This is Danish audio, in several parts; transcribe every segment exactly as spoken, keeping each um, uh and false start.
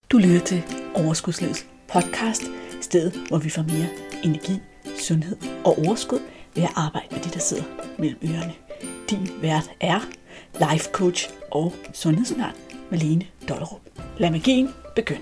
Du lytter til Overskudslivets podcast, stedet hvor vi får mere energi, sundhed og overskud ved at arbejde med de, der sidder mellem ørerne. Din vært er life coach og sundhedsundern Malene Dollerup. Lad magien begynde.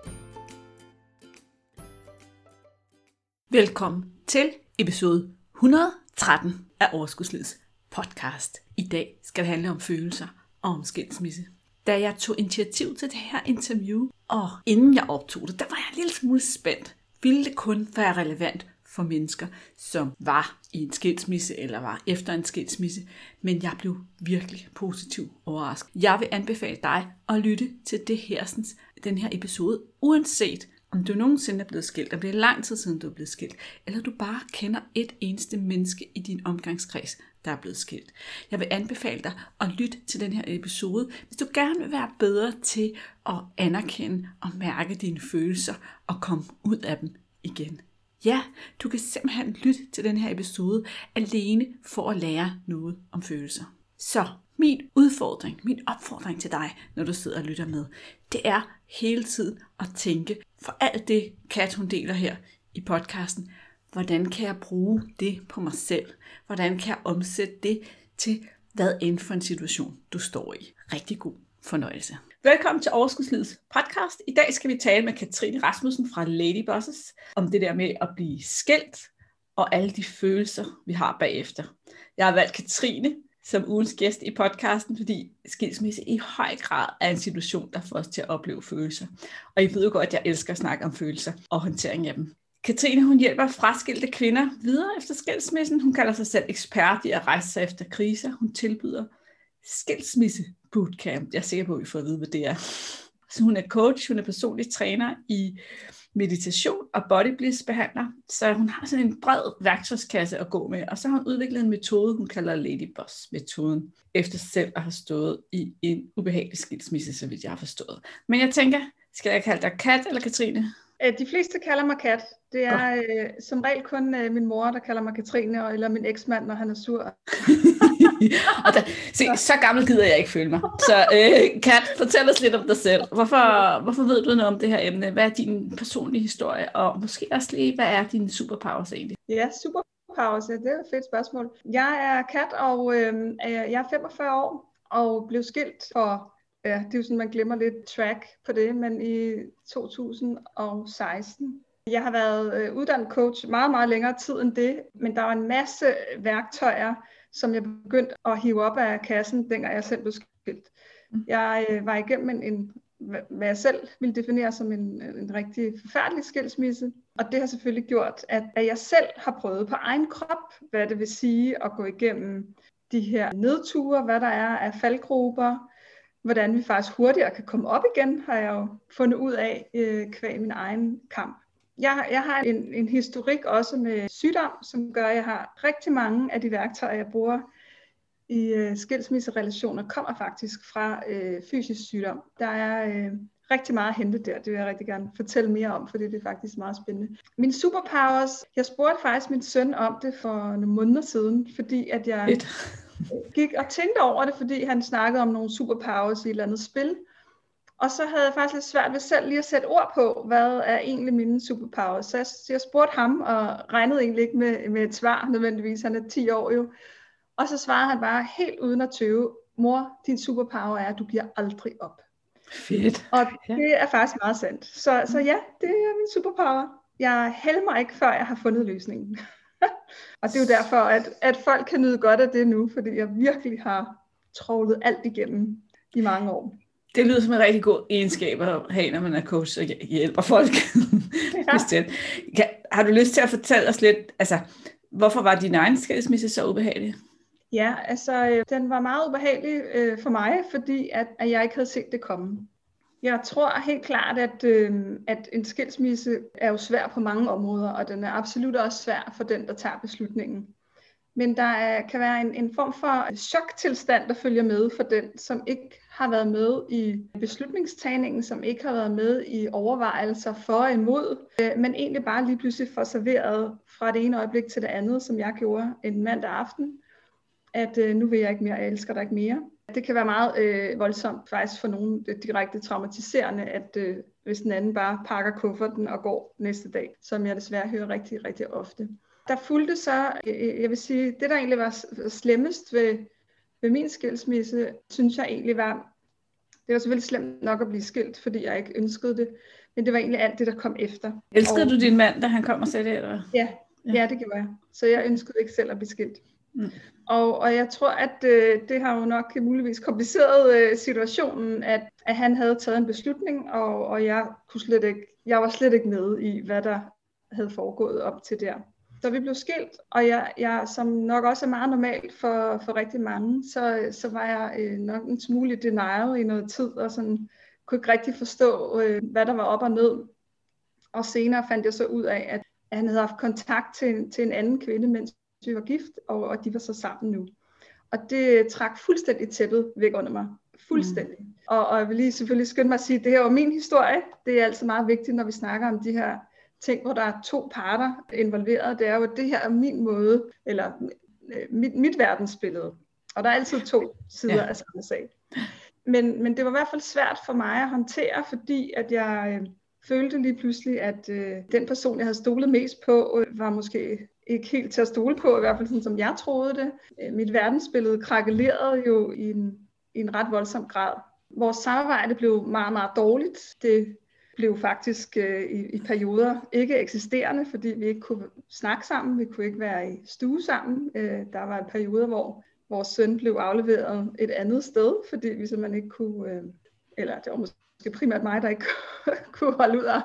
Velkommen til episode et hundrede og tretten af Overskudslivets podcast. I dag skal det handle om følelser og om skilsmisse. Da jeg tog initiativ til det her interview, og inden jeg optog det, der var jeg en lille smule spændt. Ville det kun være relevant for mennesker, som var i en skilsmisse eller var efter en skilsmisse? Men jeg blev virkelig positivt overrasket. Jeg vil anbefale dig at lytte til det her, den her episode, uanset om du nogensinde er blevet skilt, om det er lang tid siden du er blevet skilt, eller du bare kender et eneste menneske i din omgangskreds, der er blevet skilt. Jeg vil anbefale dig at lytte til den her episode, hvis du gerne vil være bedre til at anerkende og mærke dine følelser og komme ud af dem igen. Ja, du kan simpelthen lytte til den her episode alene for at lære noget om følelser. Så min udfordring, min opfordring til dig, når du sidder og lytter med, det er hele tiden at tænke, for alt det Kat hun deler her i podcasten, hvordan kan jeg bruge det på mig selv? Hvordan kan jeg omsætte det til hvad end for en situation, du står i? Rigtig god fornøjelse. Velkommen til Overskudslivets podcast. I dag skal vi tale med Katrine Rasmussen fra Lady Bosses om det der med at blive skilt og alle de følelser, vi har bagefter. Jeg har valgt Katrine som ugens gæst i podcasten, fordi skilsmisse i høj grad er en situation, der får os til at opleve følelser. Og I ved jo godt, at jeg elsker at snakke om følelser og håndtering af dem. Katrine, hun hjælper fraskilte kvinder videre efter skilsmissen. Hun kalder sig selv ekspert i at rejse sig efter kriser. Hun tilbyder skilsmisse bootcamp. Jeg er sikker på, at vi får at vide, hvad det er. Så hun er coach, hun er personlig træner i meditation og body bliss behandler. Så hun har sådan en bred værktøjskasse at gå med. Og så har hun udviklet en metode, hun kalder Lady Boss-metoden, efter selv at have stået i en ubehagelig skilsmisse, så vidt jeg har forstået. Men jeg tænker, skal jeg kalde dig Kat eller Katrine? De fleste kalder mig Kat. Det er øh, som regel kun øh, min mor, der kalder mig Katrine, eller min eksmand, når han er sur. Og der, se, så gammel gider jeg ikke føle mig. Så øh, Kat, fortæl os lidt om dig selv. Hvorfor, hvorfor ved du noget om det her emne? Hvad er din personlige historie? Og måske også lige, hvad er dine superpowers egentlig? Ja, superpowers, ja, det er et fedt spørgsmål. Jeg er Kat, og øh, jeg er femogfyrre år, og blev skilt for... Ja, det er jo sådan, man glemmer lidt track på det, men i to tusind og seksten. Jeg har været øh, uddannet coach meget, meget længere tid end det, men der var en masse værktøjer, som jeg begyndte at hive op af kassen, dengang jeg selv blev skilt. Jeg øh, var igennem en, en, hvad jeg selv ville definere som en, en rigtig forfærdelig skilsmisse, og det har selvfølgelig gjort, at, at jeg selv har prøvet på egen krop, hvad det vil sige at gå igennem de her nedture, hvad der er af faldgruber, hvordan vi faktisk hurtigere kan komme op igen, har jeg jo fundet ud af øh, kvæg min egen kamp. Jeg, jeg har en, en historik også med sygdom, som gør, at jeg har rigtig mange af de værktøjer, jeg bruger i øh, skilsmisserelationer, kommer faktisk fra øh, fysisk sygdom. Der er øh, rigtig meget at hente der, det vil jeg rigtig gerne fortælle mere om, fordi det er faktisk meget spændende. Mine superpowers, jeg spurgte faktisk min søn om det for nogle måneder siden, fordi at jeg... Et. gik og tænkte over det, fordi han snakkede om nogle superpowers i et eller andet spil. Og så havde jeg faktisk lidt svært ved selv lige at sætte ord på, hvad er egentlig mine superpowers. Så jeg, så jeg spurgte ham, og regnede egentlig ikke med, med et svar nødvendigvis. Han er ti år jo. Og så svarede han bare helt uden at tøve, mor, din superpower er, at du giver aldrig op. Fedt. Og det er faktisk meget sandt. Så, så ja, det er min superpower. Jeg hælder mig ikke, før jeg har fundet løsningen. Og det er jo derfor, at, at folk kan nyde godt af det nu, fordi jeg virkelig har trålet alt igennem i mange år. Det lyder som en rigtig god egenskab at have, når man er coach og hjælper folk. Ja. Har du lyst til at fortælle os lidt, altså, hvorfor var din egen skilsmisse så ubehagelig? Ja, altså, øh, den var meget ubehagelig øh, for mig, fordi at, at jeg ikke havde set det komme. Jeg tror helt klart, at, øh, at en skilsmisse er jo svær på mange områder, og den er absolut også svær for den, der tager beslutningen. Men der er, kan være en, en form for choktilstand, der følger med for den, som ikke har været med i beslutningstagningen, som ikke har været med i overvejelser for og imod, øh, men egentlig bare lige pludselig får serveret fra det ene øjeblik til det andet, som jeg gjorde en mandag aften, at øh, nu vil jeg ikke mere, jeg elsker dig ikke mere. Det kan være meget øh, voldsomt faktisk for nogen direkte traumatiserende, at øh, hvis den anden bare pakker kufferten og går næste dag, som jeg desværre hører rigtig, rigtig ofte. Der fulgte så, øh, jeg vil sige, det der egentlig var slemmest ved, ved min skilsmisse, synes jeg egentlig var, det var selvfølgelig slemt nok at blive skilt, fordi jeg ikke ønskede det, men det var egentlig alt det, der kom efter. Elskede og, du din mand, da han kom og sagde det? Eller? Ja, ja. ja, det gjorde jeg. Så jeg ønskede ikke selv at blive skilt. Mm. Og, og jeg tror, at øh, det har jo nok muligvis kompliceret øh, situationen, at, at han havde taget en beslutning, og, og jeg, kunne slet ikke, jeg var slet ikke med i, hvad der havde foregået op til der. Så vi blev skilt, og jeg, jeg som nok også er meget normalt for, for rigtig mange, så, så var jeg øh, nok en smule i denial i noget tid, og sådan, kunne ikke rigtig forstå, øh, hvad der var op og ned. Og senere fandt jeg så ud af, at, at han havde haft kontakt til, til en anden kvinde, mens vi var gift, og, og de var så sammen nu. Og det trak fuldstændig tæppet væk under mig. Fuldstændig. Mm. Og, og jeg vil lige selvfølgelig skynde mig at sige, at det her var min historie. Det er altid meget vigtigt, når vi snakker om de her ting, hvor der er to parter involveret. Det er jo, at det her er min måde, eller mit, mit verdensbillede. Og der er altid to sider ja. af samme sag. Men, men det var i hvert fald svært for mig at håndtere, fordi at jeg øh, følte lige pludselig, at øh, den person, jeg havde stolet mest på, øh, var måske ikke helt til at stole på, i hvert fald sådan, som jeg troede det. Øh, mit verdensbillede krakelerede jo i en, i en ret voldsom grad. Vores samarbejde blev meget, meget dårligt. Det blev faktisk øh, i, i perioder ikke eksisterende, fordi vi ikke kunne snakke sammen. Vi kunne ikke være i stue sammen. Øh, der var en periode, hvor vores søn blev afleveret et andet sted, fordi vi simpelthen ikke kunne, øh, eller det var måske primært mig, der ikke kunne holde ud og,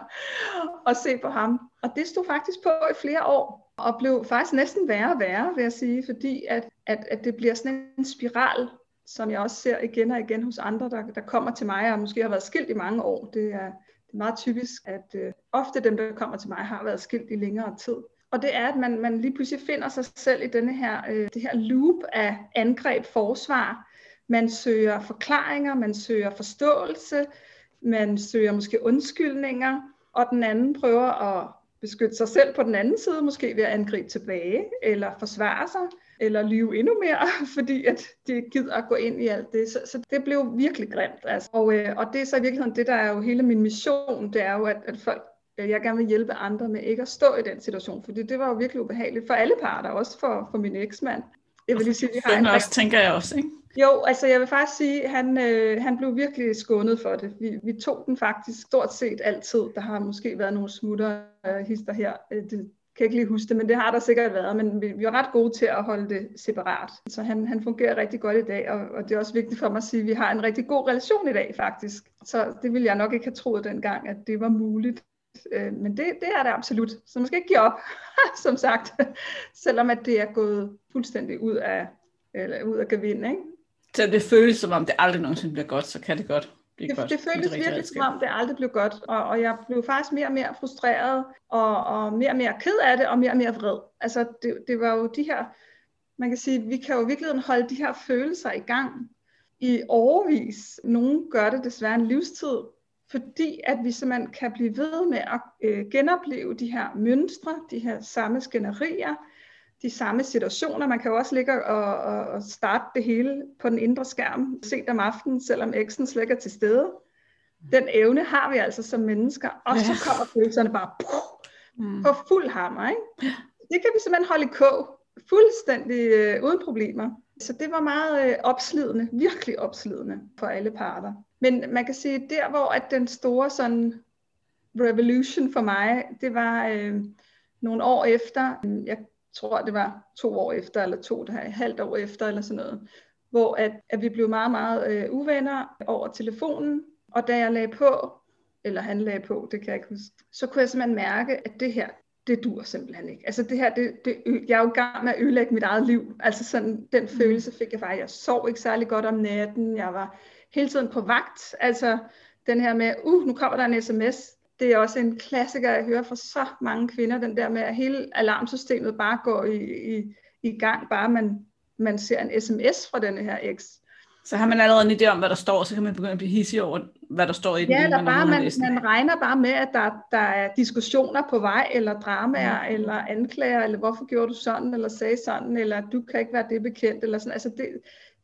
og se på ham. Og det stod faktisk på i flere år, og blev faktisk næsten værre og værre, vil jeg sige, fordi at, at, at det bliver sådan en spiral, som jeg også ser igen og igen hos andre, der, der kommer til mig, og måske har været skilt i mange år. Det er, det er meget typisk, at øh, ofte dem, der kommer til mig, har været skilt i længere tid. Og det er, at man, man lige pludselig finder sig selv i denne her, øh, det her loop af angreb, forsvar. Man søger forklaringer, man søger forståelse, man søger måske undskyldninger, og den anden prøver at beskytte sig selv på den anden side, måske ved at angribe tilbage, eller forsvare sig, eller lyve endnu mere, fordi at de gider at gå ind i alt det. Så, så det blev virkelig grimt. Altså. Og, øh, og det er så i virkeligheden det, der er jo hele min mission, det er jo, at, at folk jeg gerne vil hjælpe andre med ikke at stå i den situation, fordi det var jo virkelig ubehageligt for alle parter, også for, for min eksmand. Jeg vil lige sige, vi har en også, tænker jeg også, ikke? Jo, altså jeg vil faktisk sige, at han, øh, han blev virkelig skånet for det. Vi, vi tog den faktisk stort set altid. Der har måske været nogle smutter øh, hister her. Det kan jeg ikke lige huske det, men det har der sikkert været. Men vi, vi var ret gode til at holde det separat. Så han, han fungerer rigtig godt i dag, og, og det er også vigtigt for mig at sige, at vi har en rigtig god relation i dag faktisk. Så det ville jeg nok ikke have troet dengang, at det var muligt. Men det, det er det absolut. Så man skal ikke give op, som sagt. Selvom at det er gået fuldstændig ud af, eller ud af gevind, ikke? Så det føles som om det aldrig nogensinde bliver godt, så kan det godt blive det, godt. Det føles det virkelig som om det aldrig blev godt. Og, og jeg blev faktisk mere og mere frustreret, og, og mere og mere ked af det, og mere og mere vred. Altså det, det var jo de her, man kan sige, vi kan jo virkelig holde de her følelser i gang i årevis. Nogle gør det desværre en livstid, fordi at vi simpelthen kan blive ved med at øh, genopleve de her mønstre, de her samme skænderier, de samme situationer. Man kan jo også ligge og, og, og starte det hele på den indre skærm sent om aftenen, selvom eksen slet ikke er til stede. Den evne har vi altså som mennesker, og ja. Så kommer følelserne bare puh, mm. på fuld hammer. Ikke? Det kan vi simpelthen holde i kog, fuldstændig øh, uden problemer. Så det var meget øh, opslidende, virkelig opslidende for alle parter. Men man kan sige, der hvor at den store sådan revolution for mig, det var øh, nogle år efter, jeg tror det var to år efter, eller to et halvt år efter, eller sådan noget, hvor at, at vi blev meget, meget øh, uvenner over telefonen, og da jeg lagde på, eller han lagde på, det kan jeg ikke huske, så kunne jeg simpelthen mærke, at det her, det dur simpelthen ikke. Altså det her, det, det, jeg er jo i gang med at ødelægge mit eget liv. Altså sådan, den følelse fik jeg faktisk. Jeg sov ikke særlig godt om natten, jeg var hele tiden på vagt. Altså den her med, uh, nu kommer der en sms. Det er også en klassiker, jeg hører fra så mange kvinder, den der med, at hele alarmsystemet bare går i, i, i gang, bare man, man ser en sms fra denne her eks. Så har man allerede en idé om, hvad der står, så kan man begynde at blive hidsig over, hvad der står i den. Ja, eller bare, man, man regner bare med, at der, der er diskussioner på vej, eller dramaer, mm. eller anklager, eller hvorfor gjorde du sådan, eller sagde sådan, eller du kan ikke være det bekendt, eller sådan. Altså det,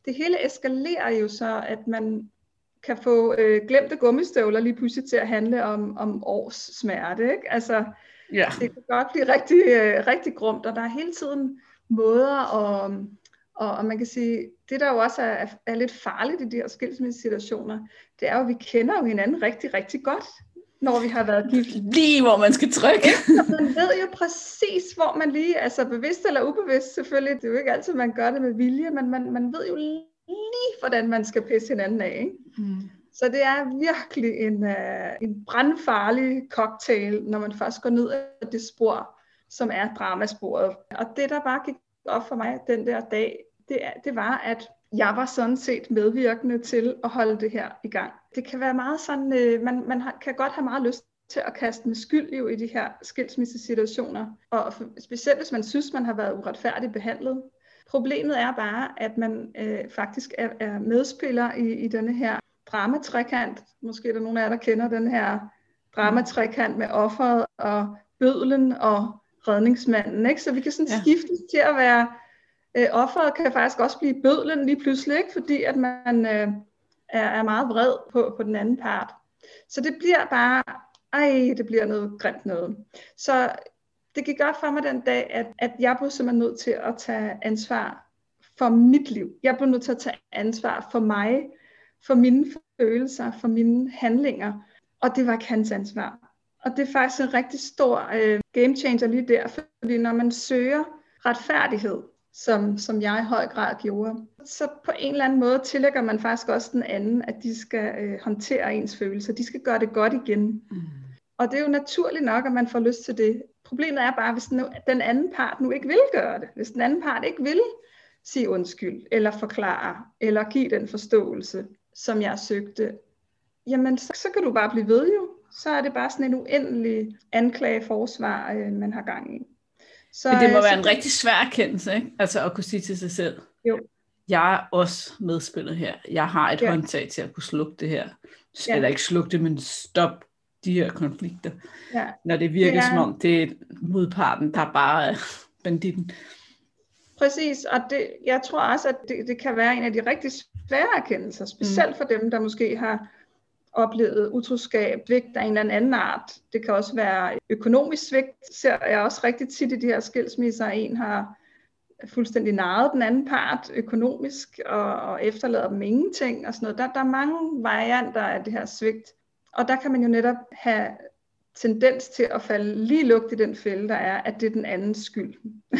det hele eskalerer jo så, at man kan få øh, glemte gummistøvler lige pludselig til at handle om, om års smerte, ikke? Altså, ja. Det kan godt blive rigtig, øh, rigtig grumt, og der er hele tiden måder, og, og, og man kan sige, det der jo også er, er lidt farligt i de her skilsmissesituationer, det er jo, at vi kender jo hinanden rigtig, rigtig godt, når vi har været gift. Lige hvor man skal trykke. Man ved jo præcis, hvor man lige, altså bevidst eller ubevidst selvfølgelig, det er jo ikke altid, man gør det med vilje, men man, man ved jo lige, hvordan man skal pisse hinanden af, ikke? Mm. Så det er virkelig en, uh, en brandfarlig cocktail, når man først går ned ad det spor, som er dramasporet. Og det, der bare gik op for mig den der dag, det, det var, at jeg var sådan set medvirkende til at holde det her i gang. Det kan være meget sådan, uh, man, man har, kan godt have meget lyst til at kaste med skyld jo i de her skilsmissesituationer. Og specielt hvis man synes, man har været uretfærdigt behandlet. Problemet er bare, at man øh, faktisk er, er medspiller i, i denne her dramatrekant. Måske er der nogen af jer, der kender den her dramatrekant med offeret og bødlen og redningsmanden. Ikke? Så vi kan sådan ja. skifte til at være, øh, offeret kan faktisk også blive bødlen lige pludselig, ikke? Fordi at man øh, er, er meget vred på, på den anden part. Så det bliver bare, ej, det bliver noget grimt noget. Så det gik godt for mig den dag, at, at jeg blev simpelthen nødt til at tage ansvar for mit liv. Jeg blev nødt til at tage ansvar for mig, for mine følelser, for mine handlinger. Og det var ikke hans ansvar. Og det er faktisk en rigtig stor øh, game changer lige der, fordi når man søger retfærdighed, som, som jeg i høj grad gjorde, så på en eller anden måde tillægger man faktisk også den anden, at de skal øh, håndtere ens følelser. De skal gøre det godt igen. Mm. Og det er jo naturligt nok, at man får lyst til det. Problemet er bare, hvis nu, den anden part nu ikke vil gøre det. Hvis den anden part ikke vil sige undskyld, eller forklare, eller give den forståelse, som jeg søgte, jamen så, så kan du bare blive ved jo. Så er det bare sådan en uendelig anklageforsvar, øh, man har gang i. Så, Men det må øh, være så, en rigtig svær erkendelse, ikke? Altså at kunne sige til sig selv, jo. Jeg er også medspiller her. Jeg har et ja. håndtag til at kunne slukke det her. Ja. Eller ikke slukke det, men stoppe de her konflikter. Ja. Når det virker det er... som om, det er modparten, der bare er banditten. Præcis, og det, jeg tror også, at det, det kan være en af de rigtig svære erkendelser, specielt mm. for dem, der måske har oplevet utroskab, svigt af en eller anden art. Det kan også være økonomisk svigt, ser jeg også rigtig tit i de her skilsmisser, en har fuldstændig narret den anden part økonomisk, og, og efterlader dem ingenting, og sådan noget. Der, der er mange varianter af det her svigt, og der kan man jo netop have tendens til at falde lige lugt i den fælde, der er, at det er den andens skyld.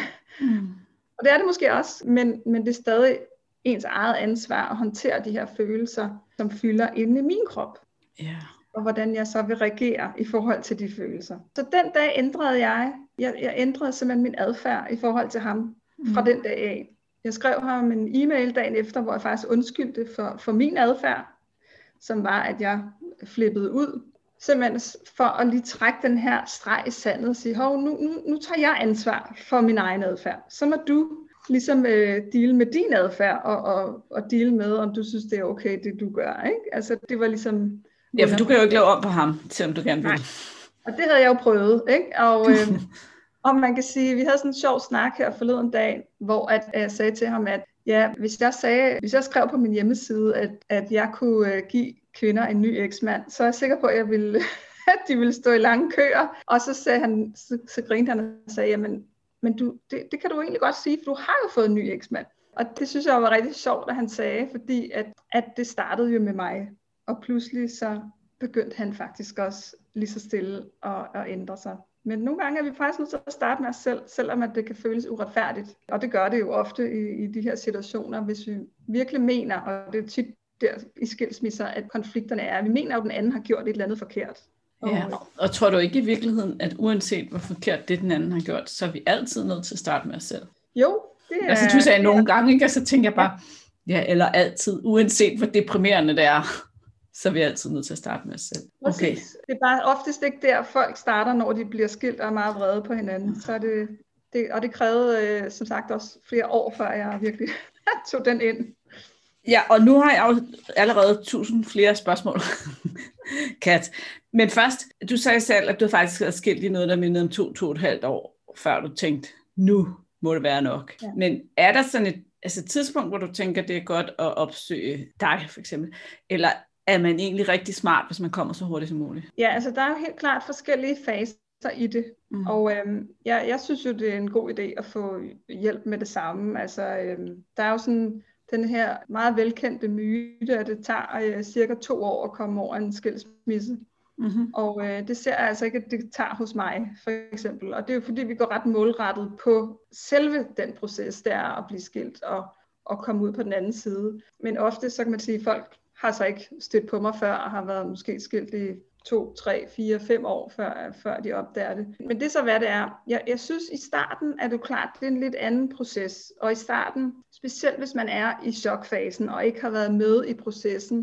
Mm. Og det er det måske også, men, men det er stadig ens eget ansvar at håndtere de her følelser, som fylder inde i min krop. Yeah. Og hvordan jeg så vil reagere i forhold til de følelser. Så den dag ændrede jeg, jeg, jeg ændrede simpelthen min adfærd i forhold til ham mm. fra den dag af. Jeg skrev ham en e-mail dagen efter, hvor jeg faktisk undskyldte for, for min adfærd, som var, at jeg flippede ud. Simpelthen for at lige trække den her streg i sandet og sige, hov, nu, nu, nu tager jeg ansvar for min egen adfærd. Så må du ligesom øh, deal med din adfærd og, og, og deal med, om du synes, det er okay, det du gør. Ikke? Altså, det var ligesom... Ja, for du kan jo ikke lave om på ham, selvom du gerne vil. Nej. Og det havde jeg jo prøvet. Ikke? Og, øh, og man kan sige, vi havde sådan en sjov snak her forleden dag, hvor at, at jeg sagde til ham, at ja, hvis jeg sagde, hvis jeg skrev på min hjemmeside, at, at jeg kunne øh, give kvinder en ny eksmand, så er jeg sikker på, at jeg ville, at de ville stå i lange køer. Og så sagde han, så, så grinte han og sagde, jamen, men du, det, det kan du egentlig godt sige, for du har jo fået en ny eksmand. Og det synes jeg var rigtig sjovt, at han sagde, fordi at, at det startede jo med mig. Og pludselig så begyndte han faktisk også lige så stille at, at ændre sig. Men nogle gange er vi faktisk nødt til at starte med os selv, selvom at det kan føles uretfærdigt. Og det gør det jo ofte i, i de her situationer, hvis vi virkelig mener, og det er tit der i skilsmisser, at konflikterne er, vi mener jo, at den anden har gjort et eller andet forkert. Og, ja, og tror du ikke i virkeligheden, at uanset hvor forkert det den anden har gjort, så er vi altid nødt til at starte med os selv? Jo, det er... Altså, du sagde nogle gange, ikke? Og så tænker jeg bare, ja, eller altid, uanset hvor deprimerende det er, så er vi altid nødt til at starte med os selv. Okay. Det er bare oftest ikke der, folk starter, når de bliver skilt og er meget vrede på hinanden. Så er det, det, og det krævede, øh, som sagt, også flere år, før jeg virkelig tog den ind. Ja, og nu har jeg jo allerede tusind flere spørgsmål, Kat. Men først, du sagde selv, at du faktisk havde skilt i noget, der mindede om to, to og et halvt år, før du tænkte, nu må det være nok. Ja. Men er der sådan et altså et tidspunkt, hvor du tænker, det er godt at opsøge dig, for eksempel? Eller er man egentlig rigtig smart, hvis man kommer så hurtigt som muligt? Ja, altså der er jo helt klart forskellige faser i det. Mm. Og øhm, jeg, jeg synes jo, det er en god idé at få hjælp med det samme. Altså, øhm, der er jo sådan den her meget velkendte myte, at det tager øh, cirka to år at komme over en skilsmisse. Mm-hmm. Og øh, det ser jeg altså ikke, at det tager hos mig, for eksempel. Og det er jo fordi, vi går ret målrettet på selve den proces, der er at blive skilt og, og komme ud på den anden side. Men ofte, så kan man sige, at folk har så ikke stødt på mig før, og har været måske skilt i to, tre, fire, fem år, før, før de opdager det. Men det er så, hvad det er. Jeg, jeg synes, i starten er det klart, det er en lidt anden proces. Og i starten, specielt hvis man er i chokfasen, og ikke har været med i processen,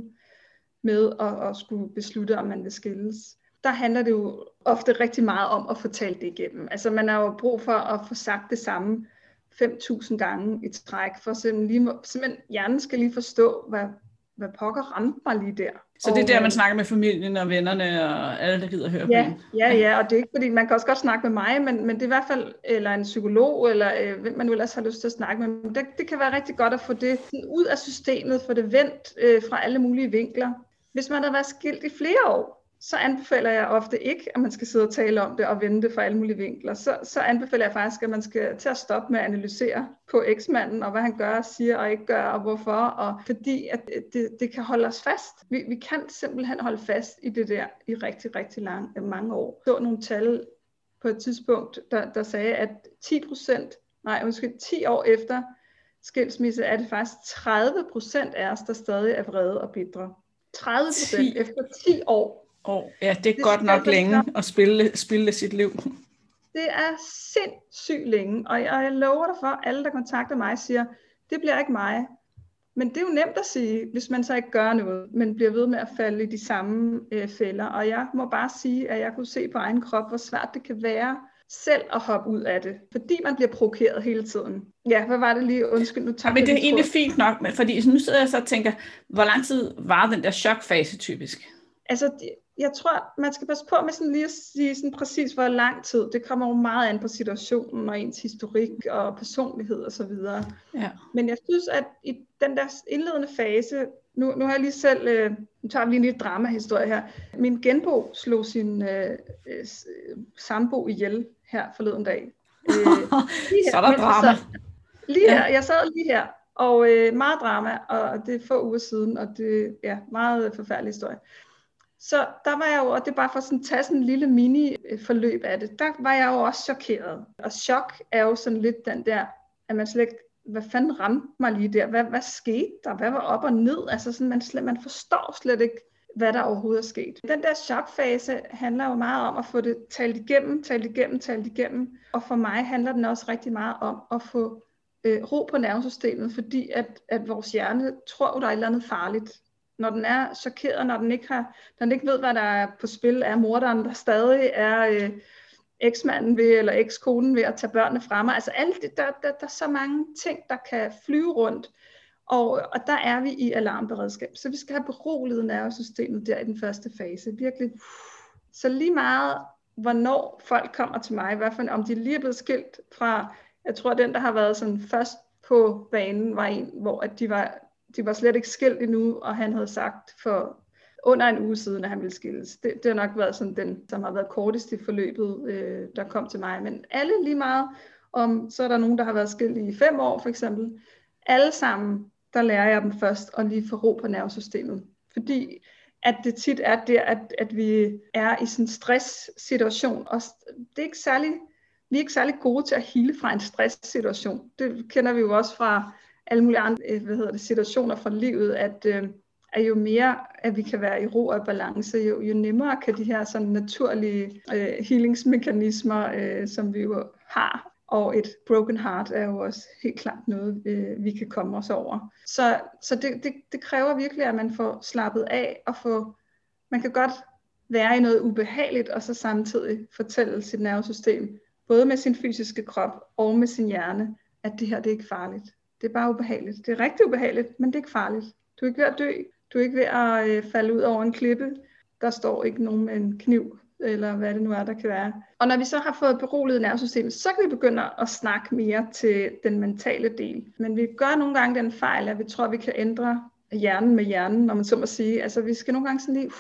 med at, at skulle beslutte, om man vil skilles, der handler det jo ofte rigtig meget om at få talt det igennem. Altså man har jo brug for at få sagt det samme fem tusind gange i træk, for simpelthen, lige, simpelthen hjernen skal lige forstå, hvad, hvad pokker ramte mig lige der. Så det er der, man snakker med familien og vennerne og alle, der gider høre ja, på en. Ja, ja, og det er ikke fordi, man kan også godt snakke med mig, men, men det er i hvert fald, eller en psykolog, eller øh, hvem man nu ellers har lyst til at snakke med. Men det, det kan være rigtig godt at få det ud af systemet, få det vendt øh, fra alle mulige vinkler. Hvis man har været skilt i flere år, så anbefaler jeg ofte ikke, at man skal sidde og tale om det og vende det fra alle mulige vinkler. Så, så anbefaler jeg faktisk, at man skal til at stoppe med at analysere på eksmanden, og hvad han gør, siger og ikke gør, og hvorfor. Og fordi at det, det kan holde os fast. Vi, vi kan simpelthen holde fast i det der i rigtig, rigtig lang, mange år. Jeg så nogle tal på et tidspunkt, der, der sagde, at ti procent, nej, måske ti år efter skilsmisse, er det faktisk tredive procent af os, der stadig er vrede og bitre. tredive procent efter ti år. Oh, ja, det er det godt nok længe at spille, spille sit liv. Det er sindssygt længe, og jeg, og jeg lover dig for, at alle, der kontakter mig, siger, det bliver ikke mig. Men det er jo nemt at sige, hvis man så ikke gør noget, men bliver ved med at falde i de samme øh, fælder. Og jeg må bare sige, at jeg kunne se på egen krop, hvor svært det kan være selv at hoppe ud af det, fordi man bliver provokeret hele tiden. Ja, hvad var det lige? Undskyld, nu tager ja, men det er egentlig fint nok, fordi nu sidder jeg så og tænker, hvor lang tid var den der chokfase typisk? Altså, jeg tror, man skal passe på med sådan lige at sige sådan præcis, hvor lang tid. Det kommer jo meget an på situationen og ens historik og personlighed og så videre. Ja. Men jeg synes, at i den der indledende fase, nu, nu har jeg lige selv, øh, nu tager vi lige en lille dramahistorie her. Min genbo slog sin øh, øh, sambo ihjel her forleden dag. Øh, her, så er der drama. Sad, lige her, jeg sad lige her, og øh, meget drama, og det er få uger siden, og det er ja, meget forfærdelig historie. Så der var jeg jo, og det er bare for sådan at tage sådan en lille mini-forløb af det, der var jeg jo også chokeret. Og chok er jo sådan lidt den der, at man slet ikke, hvad fanden ramte mig lige der? Hvad, hvad skete der? Hvad var op og ned? Altså sådan, man, slet, man forstår slet ikke, hvad der overhovedet er sket. Den der chokfase handler jo meget om at få det talt igennem, talt igennem, talt igennem. Og for mig handler den også rigtig meget om at få øh, ro på nervesystemet, fordi at, at vores hjerne tror, der er et eller andet farligt. Når den er chokeret, når den ikke har, når den ikke ved, hvad der er på spil, er morderen, der stadig er øh, eksmanden ved, eller ekskonen ved at tage børnene fra mig. Altså alt det, der, der, der er så mange ting, der kan flyve rundt, og, og der er vi i alarmberedskab. Så vi skal have beroliget nervesystemet der i den første fase. Virkelig. Så lige meget, hvornår folk kommer til mig, i hvert fald om de lige er blevet skilt fra, jeg tror den, der har været sådan først på banen, var en, hvor at de var De var slet ikke skilt endnu, og han havde sagt for under en uge siden, at han ville skilles. Det, det har nok været sådan den, som har været kortest i forløbet, øh, der kom til mig. Men alle lige meget, om så er der nogen, der har været skilt i fem år for eksempel. Alle sammen, der lærer jeg dem først at lige få ro på nervesystemet. Fordi at det tit er der, at, at vi er i sådan en stresssituation. Og det er ikke særlig, vi er ikke særlig gode til at hele fra en stresssituation. Det kender vi jo også fra alle mulige andre hvad hedder det, situationer fra livet, at, øh, at jo mere at vi kan være i ro og balance, jo, jo nemmere kan de her sådan naturlige øh, healingsmekanismer, øh, som vi jo har, og et broken heart er jo også helt klart noget, øh, vi kan komme os over. Så, så det, det, det kræver virkelig, at man får slappet af, og få, man kan godt være i noget ubehageligt, og så samtidig fortælle sit nervesystem, både med sin fysiske krop og med sin hjerne, at det her det er ikke farligt. Det er bare ubehageligt. Det er rigtig ubehageligt, men det er ikke farligt. Du er ikke ved at dø. Du er ikke ved at øh, falde ud over en klippe. Der står ikke nogen med en kniv eller hvad det nu er, der kan være. Og når vi så har fået beroliget nervesystemet, så kan vi begynde at snakke mere til den mentale del. Men vi gør nogle gange den fejl, at vi tror, at vi kan ændre hjernen med hjernen, når man så må sige. Altså vi skal nogle gange sådan lige,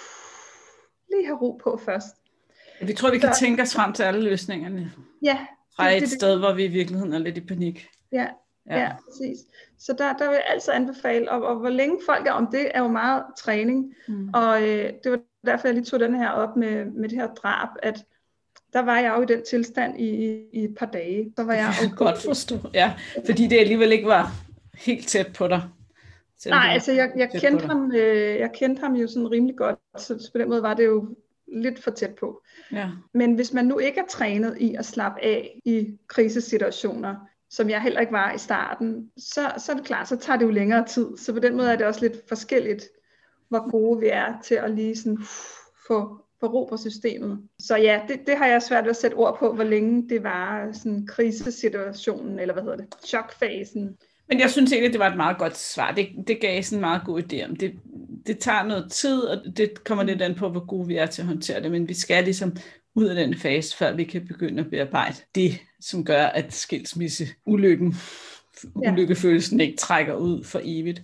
lige have ro på først. Vi tror, vi kan så tænke os frem til alle løsningerne. Ja. Fra et det, det, sted, hvor vi i virkeligheden er lidt i panik. Ja, ja. ja præcis. Så der, der vil jeg altid anbefale, og, og hvor længe folk er om det, er jo meget træning. Mm. Og øh, det var derfor, jeg lige tog den her op med, med det her drab, at der var jeg jo i den tilstand i, i et par dage. Så var jeg jeg kan godt forstå, ja. Fordi det alligevel ikke var helt tæt på dig. Nej, altså jeg, jeg, kendte ham, øh, jeg kendte ham jo sådan rimelig godt, så, så på den måde var det jo lidt for tæt på. Ja. Men hvis man nu ikke er trænet i at slappe af i krisesituationer, som jeg heller ikke var i starten, så, så er det klart, så tager det jo længere tid. Så på den måde er det også lidt forskelligt, hvor gode vi er til at lige sådan, uh, få, få ro på systemet. Så ja, det, det har jeg svært ved at sætte ord på, hvor længe det var sådan krisesituationen, eller hvad hedder det, chokfasen. Men jeg synes egentlig, det var et meget godt svar. Det, det gav sådan en meget god idé om. Det, det tager noget tid, og det kommer lidt an på, hvor gode vi er til at håndtere det. Men vi skal ligesom ud af den fase, før vi kan begynde at bearbejde det, som gør, at skilsmisse, ulykken, ja. ulykkefølelsen ikke trækker ud for evigt.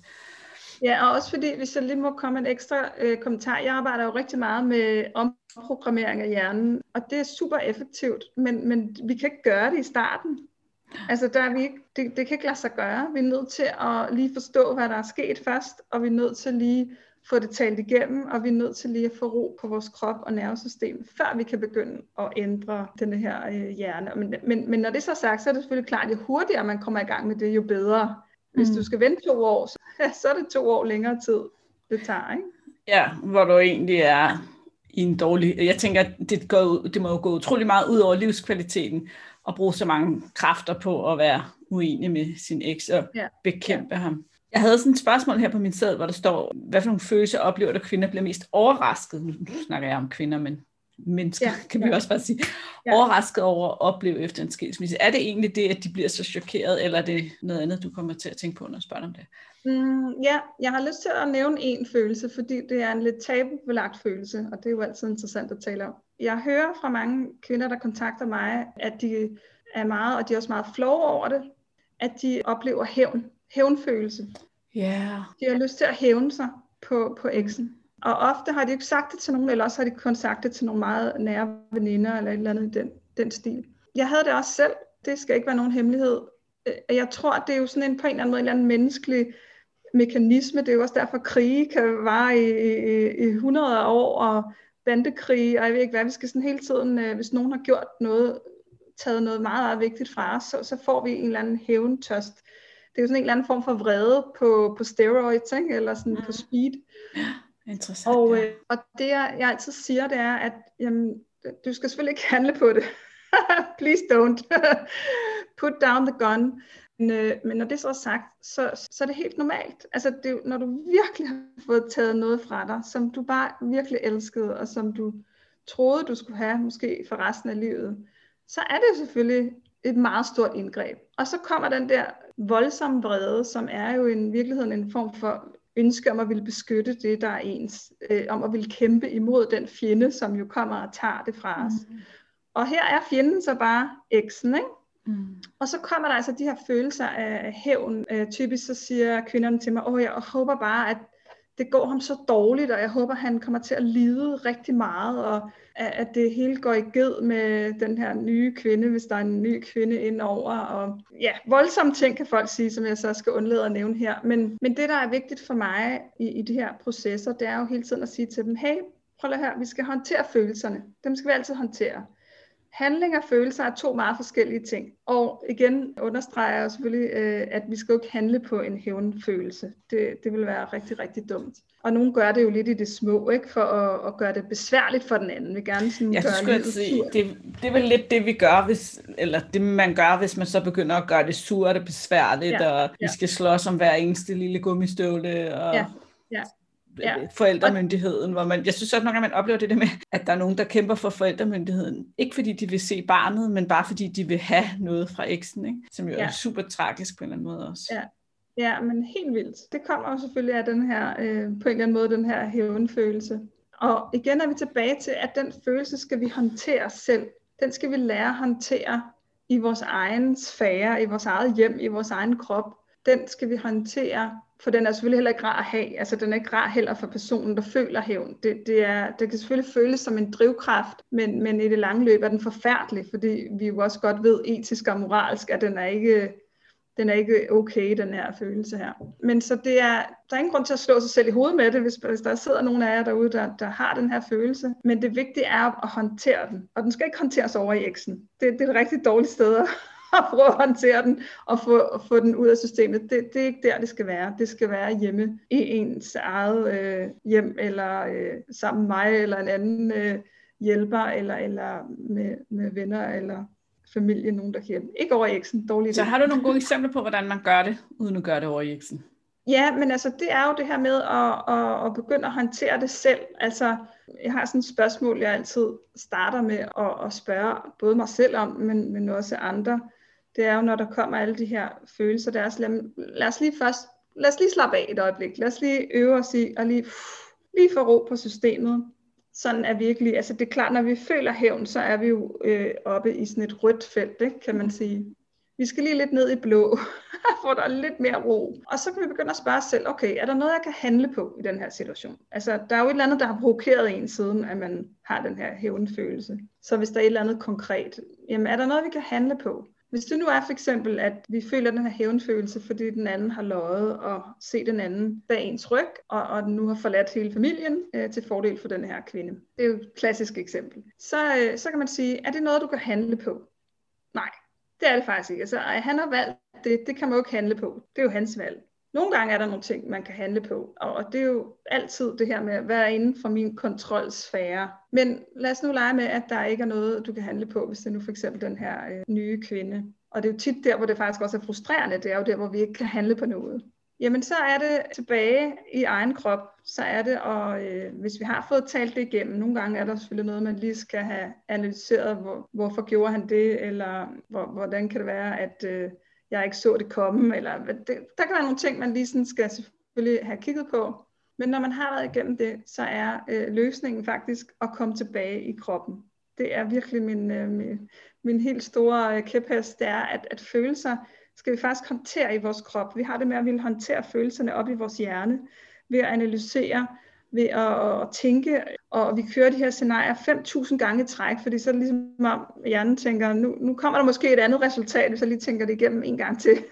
Ja, og også fordi, hvis jeg lige må komme en ekstra øh, kommentar. Jeg arbejder jo rigtig meget med omprogrammering af hjernen, og det er super effektivt, men, men vi kan ikke gøre det i starten. Altså der er vi ikke, det, det kan ikke lade sig gøre. Vi er nødt til at lige forstå, hvad der er sket først, og vi er nødt til lige få det talt igennem, og vi er nødt til lige at få ro på vores krop og nervesystem, før vi kan begynde at ændre denne her øh, hjerne. Men, men, men når det så er sagt, så er det selvfølgelig klart, at jo hurtigere man kommer i gang med det, jo bedre. Hvis mm. du skal vente to år, så, så er det to år længere tid, det tager, ikke? Ja, hvor du egentlig er i en dårlig... Jeg tænker, at det, går, det må jo gå utrolig meget ud over livskvaliteten, at bruge så mange kræfter på at være uenig med sin eks og ja. bekæmpe ja. ham. Jeg havde sådan et spørgsmål her på min seddel, hvor der står, hvad for nogle følelser oplever, at kvinder bliver mest overrasket? Nu snakker jeg om kvinder, men mennesker, ja. kan vi ja. også bare sige. Ja. Overrasket over at opleve efter en skilsmisse. Er det egentlig det, at de bliver så chokeret, eller er det noget andet, du kommer til at tænke på, når jeg spørger om det? Mm, ja, jeg har lyst til at nævne en følelse, fordi det er en lidt tabubelagt følelse, og det er jo altid interessant at tale om. Jeg hører fra mange kvinder, der kontakter mig, at de er meget, og de er også meget flove over det, at de oplever hævn, hævnfølelse. Yeah. De har lyst til at hævne sig på, på eksen. Og ofte har de ikke sagt det til nogen, eller også har de kun sagt det til nogle meget nære veninder, eller et eller andet i den, den stil. Jeg havde det også selv. Det skal ikke være nogen hemmelighed. Jeg tror, at det er jo sådan en på en eller anden måde, en eller anden menneskelig mekanisme. Det er jo også derfor, at krige kan vare i, i, i hundrede af år, og bandekrige, og jeg ved ikke hvad, vi skal sådan hele tiden, hvis nogen har gjort noget, taget noget meget, meget vigtigt fra os, så, så får vi en eller anden hævntørst. Det er jo sådan en eller anden form for vrede på, på steroids, ikke? Eller sådan mm. på speed. Ja, interessant. Og, ja. øh, og det jeg, jeg altid siger, det er, at jamen, du skal selvfølgelig ikke handle på det. Please don't. Put down the gun. Men, øh, men når det så er sagt, så, så er det helt normalt. Altså, det, når du virkelig har fået taget noget fra dig, som du bare virkelig elskede, og som du troede, du skulle have, måske for resten af livet, så er det selvfølgelig et meget stort indgreb. Og så kommer den der voldsomme vrede, som er jo i virkeligheden en form for ønske om at ville beskytte det, der er ens, øh, om at ville kæmpe imod den fjende, som jo kommer og tager det fra os. Mm. Og her er fjenden så bare eksen, ikke? Mm. Og så kommer der altså de her følelser af hævn. Øh, typisk så siger kvinderne til mig, åh, jeg håber bare, at det går ham så dårligt, og jeg håber, han kommer til at lide rigtig meget, og at det hele går i ged med den her nye kvinde, hvis der er en ny kvinde indover. Og ja, voldsomme ting kan folk sige, som jeg så skal undlade at nævne her. Men, men det, der er vigtigt for mig i, i de her processer, det er jo hele tiden at sige til dem, hey, prøv at høre, vi skal håndtere følelserne. Dem skal vi altid håndtere. Handling og følelser er to meget forskellige ting. Og igen understreger jeg selvfølgelig, øh, at vi skal jo ikke handle på en hævnfølelse. Det, det vil være rigtig, rigtig dumt. Og nogen gør det jo lidt i det små, ikke, for at, at gøre det besværligt for den anden. Vi gerne sådan jeg gøre det sige, det, det er vel lidt det, vi gør, hvis, eller det man gør, hvis man så begynder at gøre det surt og besværligt, ja, og vi ja. skal slås om hver eneste lille gummistøvle, og ja, ja. Ja. forældremyndigheden, hvor man, jeg synes også nogle gange, man oplever det der med, at der er nogen, der kæmper for forældremyndigheden, ikke fordi de vil se barnet, men bare fordi de vil have noget fra eksen, ikke? Som jo ja. er super tragisk på en eller anden måde også. Ja. Ja, men helt vildt. Det kommer jo selvfølgelig af den her, øh, på en eller anden måde, den her hævnfølelse. Og igen er vi tilbage til, at den følelse skal vi håndtere selv. Den skal vi lære at håndtere i vores egen sfære, i vores eget hjem, i vores egen krop. Den skal vi håndtere, for den er selvfølgelig heller ikke rar at have. Altså den er ikke rar heller for personen, der føler hævn. Det, det, er, det kan selvfølgelig føles som en drivkraft, men, men i det lange løb er den forfærdelig, fordi vi jo også godt ved etisk og moralsk, at den er ikke... Den er ikke okay, den her følelse her. Men så det er, der er ingen grund til at slå sig selv i hovedet med det, hvis, hvis der sidder nogen af jer derude, der, der har den her følelse. Men det vigtige er at håndtere den. Og den skal ikke håndteres over i eksen. Det, det er et rigtig dårligt sted at prøve at håndtere den og få, at få den ud af systemet. Det, det er ikke der, det skal være. Det skal være hjemme i ens eget øh, hjem, eller øh, sammen med mig, eller en anden øh, hjælper, eller, eller med, med venner, eller... familie, nogen der kan hjælpe. Ikke over i eksen, dårligt. Så har du nogle gode eksempler på, hvordan man gør det, uden at gøre det over i eksen? Ja, men altså det er jo det her med at, at, at begynde at håndtere det selv. Altså, jeg har sådan et spørgsmål, jeg altid starter med at, at spørge både mig selv om, men, men også andre. Det er jo, når der kommer alle de her følelser, der er, så lad, lad os lige først, lad os lige slappe af et øjeblik. Lad os lige øve os i og lige, lige få ro på systemet. Sådan er virkelig, altså det er klart, når vi føler hævn, så er vi jo øh, oppe i sådan et rødt felt, ikke, kan man sige. Vi skal lige lidt ned i blå, for der er lidt mere ro. Og så kan vi begynde at spørge os selv, okay, er der noget, jeg kan handle på i den her situation? Altså, der er jo et eller andet, der har provokeret en siden, at man har den her hævnfølelse. Så hvis der er et eller andet konkret, jamen er der noget, vi kan handle på? Hvis det nu er for eksempel, at vi føler den her hævnfølelse, fordi den anden har løjet og set den anden bag ens ryg, og, og den nu har forladt hele familien øh, til fordel for den her kvinde. Det er jo et klassisk eksempel. Så, øh, så kan man sige, er det noget, du kan handle på? Nej, det er det faktisk ikke. Altså, han har valgt det, det kan man jo ikke handle på. Det er jo hans valg. Nogle gange er der nogle ting, man kan handle på, og det er jo altid det her med at være inden for min kontrolsfære. Men lad os nu lege med, at der ikke er noget, du kan handle på, hvis det er nu for eksempel den her øh, nye kvinde. Og det er jo tit der, hvor det faktisk også er frustrerende, det er jo der, hvor vi ikke kan handle på noget. Jamen så er det tilbage i egen krop, så er det, og øh, hvis vi har fået talt det igennem, nogle gange er der selvfølgelig noget, man lige skal have analyseret, hvor, hvorfor gjorde han det, eller hvor, hvordan kan det være, at... Øh, jeg ikke så det komme, eller det, der kan være nogle ting, man lige sådan skal selvfølgelig have kigget på. Men når man har været igennem det, så er øh, løsningen faktisk at komme tilbage i kroppen. Det er virkelig min, øh, min, min helt store øh, kæphest, det er, at, at følelser skal vi faktisk håndtere i vores krop. Vi har det med at ville håndtere følelserne op i vores hjerne, ved at analysere, ved at, at tænke, og vi kører de her scenarier fem tusind gange i træk, fordi så er det ligesom om hjernen tænker, nu, nu kommer der måske et andet resultat, hvis jeg lige tænker det igennem en gang til.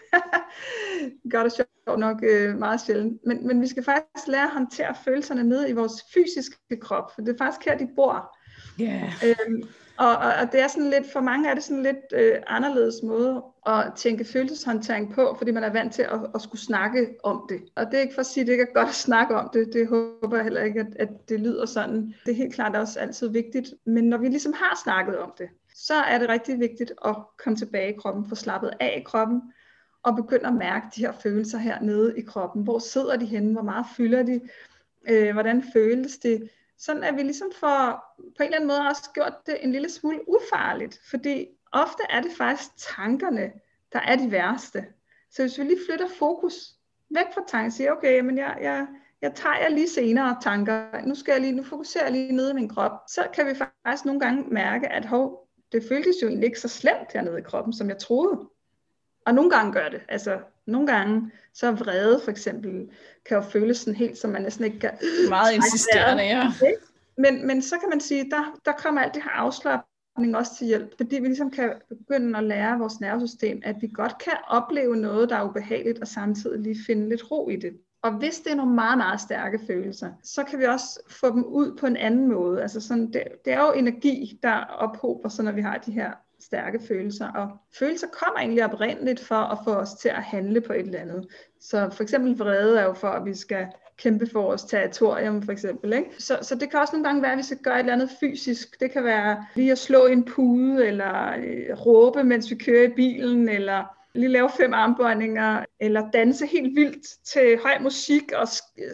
Gør det sjovt nok øh, meget sjældent. Men, men vi skal faktisk lære at håndtere følelserne ned i vores fysiske krop, for det er faktisk her, de bor. Yeah. Øhm, og, og, og det er sådan lidt, for mange er det sådan lidt øh, anderledes måde at tænke følelseshåndtering på, fordi man er vant til at, at skulle snakke om det. Og det er ikke for at sige, at det ikke er godt at snakke om det. Det håber jeg heller ikke, at, at det lyder sådan. Det er helt klart også altid vigtigt. Men når vi ligesom har snakket om det, så er det rigtig vigtigt at komme tilbage i kroppen, få slappet af i kroppen, og begynde at mærke de her følelser hernede i kroppen. Hvor sidder de henne? Hvor meget fylder de? Øh, hvordan føles det? Sådan at vi ligesom får på en eller anden måde også gjort det en lille smule ufarligt, fordi ofte er det faktisk tankerne, der er de værste. Så hvis vi lige flytter fokus væk fra tanken og siger, okay, men jeg, jeg, jeg tager jeg lige senere tanker, nu, skal jeg lige, nu fokuserer jeg lige nede i min krop, så kan vi faktisk nogle gange mærke, at hov, det føltes jo egentlig ikke så slemt hernede i kroppen, som jeg troede. Og nogle gange gør det. Altså, nogle gange, så er vrede for eksempel, kan jo føles sådan helt, som man næsten ikke kan... Meget insisterende, ja. Men, men så kan man sige, der, der kommer alt det her afslapning også til hjælp, fordi vi ligesom kan begynde at lære vores nervesystem, at vi godt kan opleve noget, der er ubehageligt, og samtidig lige finde lidt ro i det. Og hvis det er nogle meget, meget stærke følelser, så kan vi også få dem ud på en anden måde. Altså sådan, det, det er jo energi, der ophober sig, når vi har de her stærke følelser, og følelser kommer egentlig oprindeligt for at få os til at handle på et eller andet. Så for eksempel vrede er jo for, at vi skal kæmpe for vores territorium, for eksempel, ikke? Så, så det kan også nogle gange være, at vi skal gøre et eller andet fysisk. Det kan være lige at slå en pude, eller øh, råbe, mens vi kører i bilen, eller lige lave fem armbøjninger, eller danse helt vildt til høj musik, og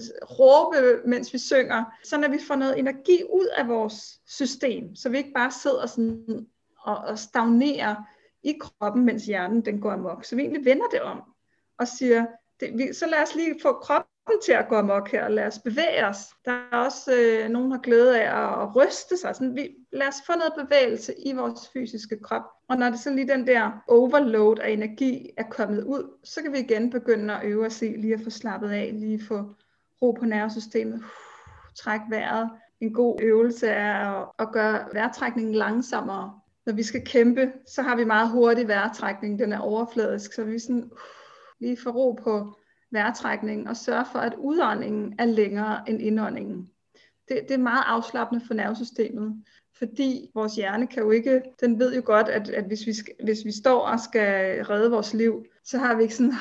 råbe, mens vi synger. Sådan at vi får noget energi ud af vores system, så vi ikke bare sidder sådan og stagnerer i kroppen, mens hjernen den går amok. Så vi egentlig vender det om og siger, det, vi, så lad os lige få kroppen til at gå amok her, og lad os bevæge os. Der er også øh, nogen, der har glæde af at, at ryste sig. Sådan, vi, lad os få noget bevægelse i vores fysiske krop. Og når det så lige den der overload af energi er kommet ud, så kan vi igen begynde at øve os i lige at få slappet af, lige få ro på nervesystemet, træk vejret. En god øvelse er at, at gøre vejrtrækningen langsommere. Når vi skal kæmpe, så har vi meget hurtig vejrtrækning, den er overfladisk, så vi sådan, uh, lige får ro på vejrtrækningen og sørge for, at udåndingen er længere end indåndingen. Det, det er meget afslappende for nervesystemet, fordi vores hjerne kan jo ikke, den ved jo godt, at, at hvis, vi skal, hvis vi står og skal redde vores liv, så har vi ikke sådan...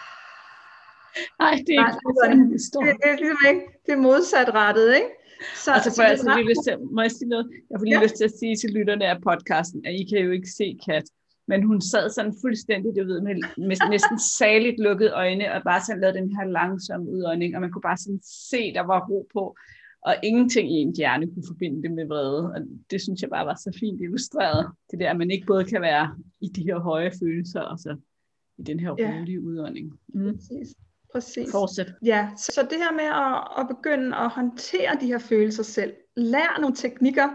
Nej, det er ikke sådan, det står. Det, det er ligesom ikke, det er modsatrettet, ikke? Så, og så får så jeg altså lige lyst til, må jeg sige noget? Jeg får lige ja. lyst til at sige til lytterne af podcasten, at I kan jo ikke se Kat, men hun sad sådan fuldstændig, du ved, med, med næsten saligt lukkede øjne, og bare sådan lavede den her langsomme udånding, og man kunne bare sådan se, der var ro på, og ingenting i ens hjerne kunne forbinde det med vrede, og det synes jeg bare var så fint illustreret, det der, at man ikke både kan være i de her høje følelser, og så i den her rolige ja. udånding. Mm. Præcis. Præcis. Fortsæt. Ja, så det her med at, at begynde at håndtere de her følelser selv. Lær nogle teknikker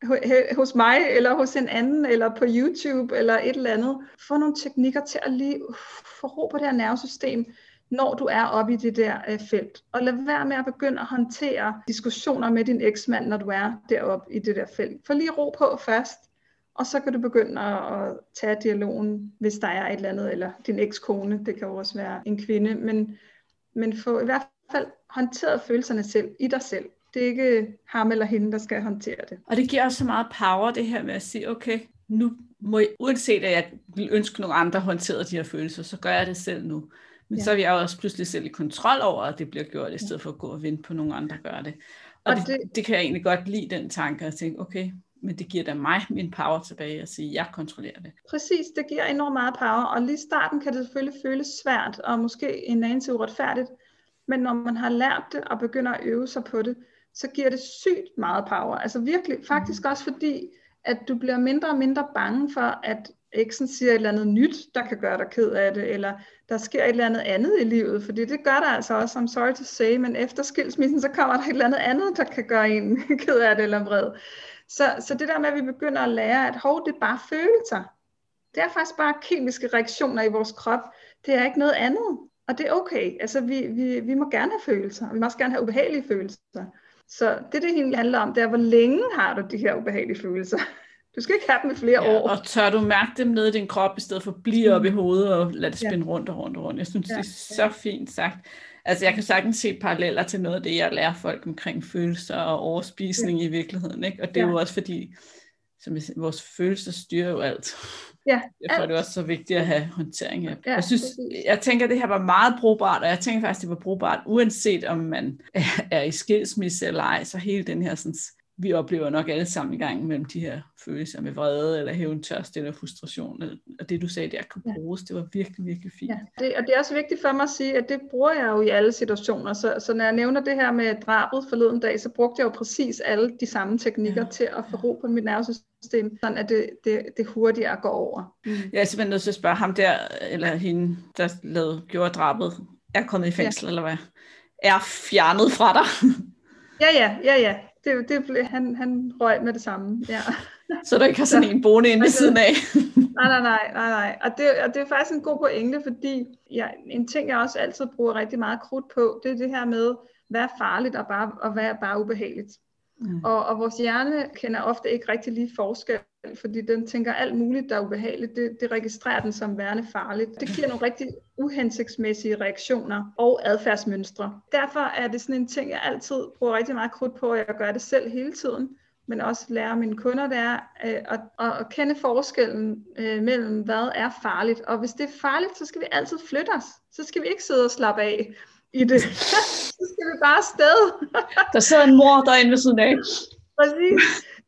hos mig, eller hos en anden, eller på YouTube, eller et eller andet. Få nogle teknikker til at lige få ro på det her nervesystem, når du er oppe i det der øh, felt. Og lad være med at begynde at håndtere diskussioner med din eksmand, når du er deroppe i det der felt. Få lige ro på først, og så kan du begynde at, at tage dialogen, hvis der er et eller andet, eller din ekskone, det kan jo også være en kvinde, men, men få i hvert fald håndteret følelserne selv, i dig selv. Det er ikke ham eller hende, der skal håndtere det. Og det giver også så meget power, det her med at sige, okay, nu må jeg, uanset at jeg vil ønske nogle andre håndtere de her følelser, så gør jeg det selv nu. Men ja. så er vi også pludselig selv i kontrol over, at det bliver gjort, i stedet for at gå og vente på nogle andre, der gør det. Og, og det, det, det kan jeg egentlig godt lide, den tanke, at tænke, okay, men det giver da mig min power tilbage at sige, at jeg kontrollerer det. Præcis, det giver enormt meget power, og lige i starten kan det selvfølgelig føles svært, og måske en anelse uretfærdigt, men når man har lært det, og begynder at øve sig på det, så giver det sygt meget power. Altså virkelig, faktisk også fordi, at du bliver mindre og mindre bange for, at eksen siger et eller andet nyt, der kan gøre dig ked af det, eller der sker et eller andet andet i livet, fordi det gør der altså også, I'm sorry to say, men efter skilsmissen, så kommer der et eller andet andet, der kan gøre en ked af det eller vred. Så, så det der med, at vi begynder at lære, at hov, det er bare følelser. Det er faktisk bare kemiske reaktioner i vores krop. Det er ikke noget andet, og det er okay. Altså, vi, vi, vi må gerne have følelser, og vi må også gerne have ubehagelige følelser. Så det, det egentlig handler om, det er, hvor længe har du de her ubehagelige følelser? Du skal ikke have dem i flere ja, år. Og tør du mærke dem nede i din krop, i stedet for at blive oppe i hovedet og lade det spænde ja. rundt og rundt og rundt. Jeg synes, ja. det er så fint sagt. Altså, jeg kan sagtens se paralleller til noget af det, jeg lærer folk omkring følelser og overspisning ja. i virkeligheden. Ikke? Og det er ja. jo også fordi, som jeg siger, vores følelser styrer jo alt. Ja, Derfor er det også så vigtigt at have håndtering af. Ja, jeg synes, jeg tænker, at det her var meget brugbart, og jeg tænker faktisk, at det var brugbart, uanset om man er i skilsmisse eller ej, så hele den her sådan, vi oplever nok alle sammen i gang mellem de her følelser med vrede, eller hævntørst, eller frustration, og det du sagde der kan bruges, det var virkelig, virkelig fint. Ja, det, og det er også vigtigt for mig at sige, at det bruger jeg jo i alle situationer, så, så når jeg nævner det her med drabet forleden dag, så brugte jeg jo præcis alle de samme teknikker ja. til at få ro på mit nervesystem, sådan at det, det, det hurtigere går over. Mm. Jeg er simpelthen nødt til at spørge ham der, eller hende, der lavede, gjorde drabet, er kommet i fængsel, ja. eller hvad? Er fjernet fra dig? Ja, ja, ja, ja. Det, det blev, han, han røg med det samme, ja. Så du ikke har sådan en boende inde ved siden af? nej, nej, nej, nej, nej. Og det, og det er faktisk en god pointe, fordi ja, en ting, jeg også altid bruger rigtig meget krudt på, det er det her med, hvad er farligt og, bare, og hvad er bare ubehageligt. Mm. Og, og vores hjerne kender ofte ikke rigtig lige forskel, fordi den tænker alt muligt, der er ubehageligt, det, det registrerer den som værende farligt. Det giver nogle rigtig uhensigtsmæssige reaktioner og adfærdsmønstre. Derfor er det sådan en ting, jeg altid bruger rigtig meget krudt på, og jeg gør det selv hele tiden, men også lærer mine kunder, det er øh, at, at, at kende forskellen øh, mellem, hvad er farligt. Og hvis det er farligt, så skal vi altid flytte os. Så skal vi ikke sidde og slappe af i det. Så skal vi bare afsted. Der sidder en mor derinde ved siden af. Præcis.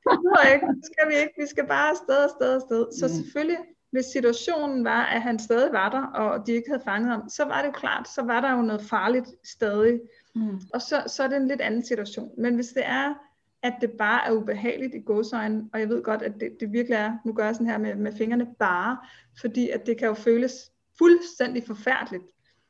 Det skal vi ikke. Vi skal bare afsted, afsted, afsted. Så mm. selvfølgelig, hvis situationen var, at han stadig var der, og de ikke havde fanget ham, så var det jo klart, så var der jo noget farligt stadig. Mm. Og så, så er det en lidt anden situation. Men hvis det er, at det bare er ubehageligt i gåseøjne, og jeg ved godt, at det, det virkelig er, nu gør jeg sådan her med, med fingrene bare, fordi at det kan jo føles fuldstændig forfærdeligt.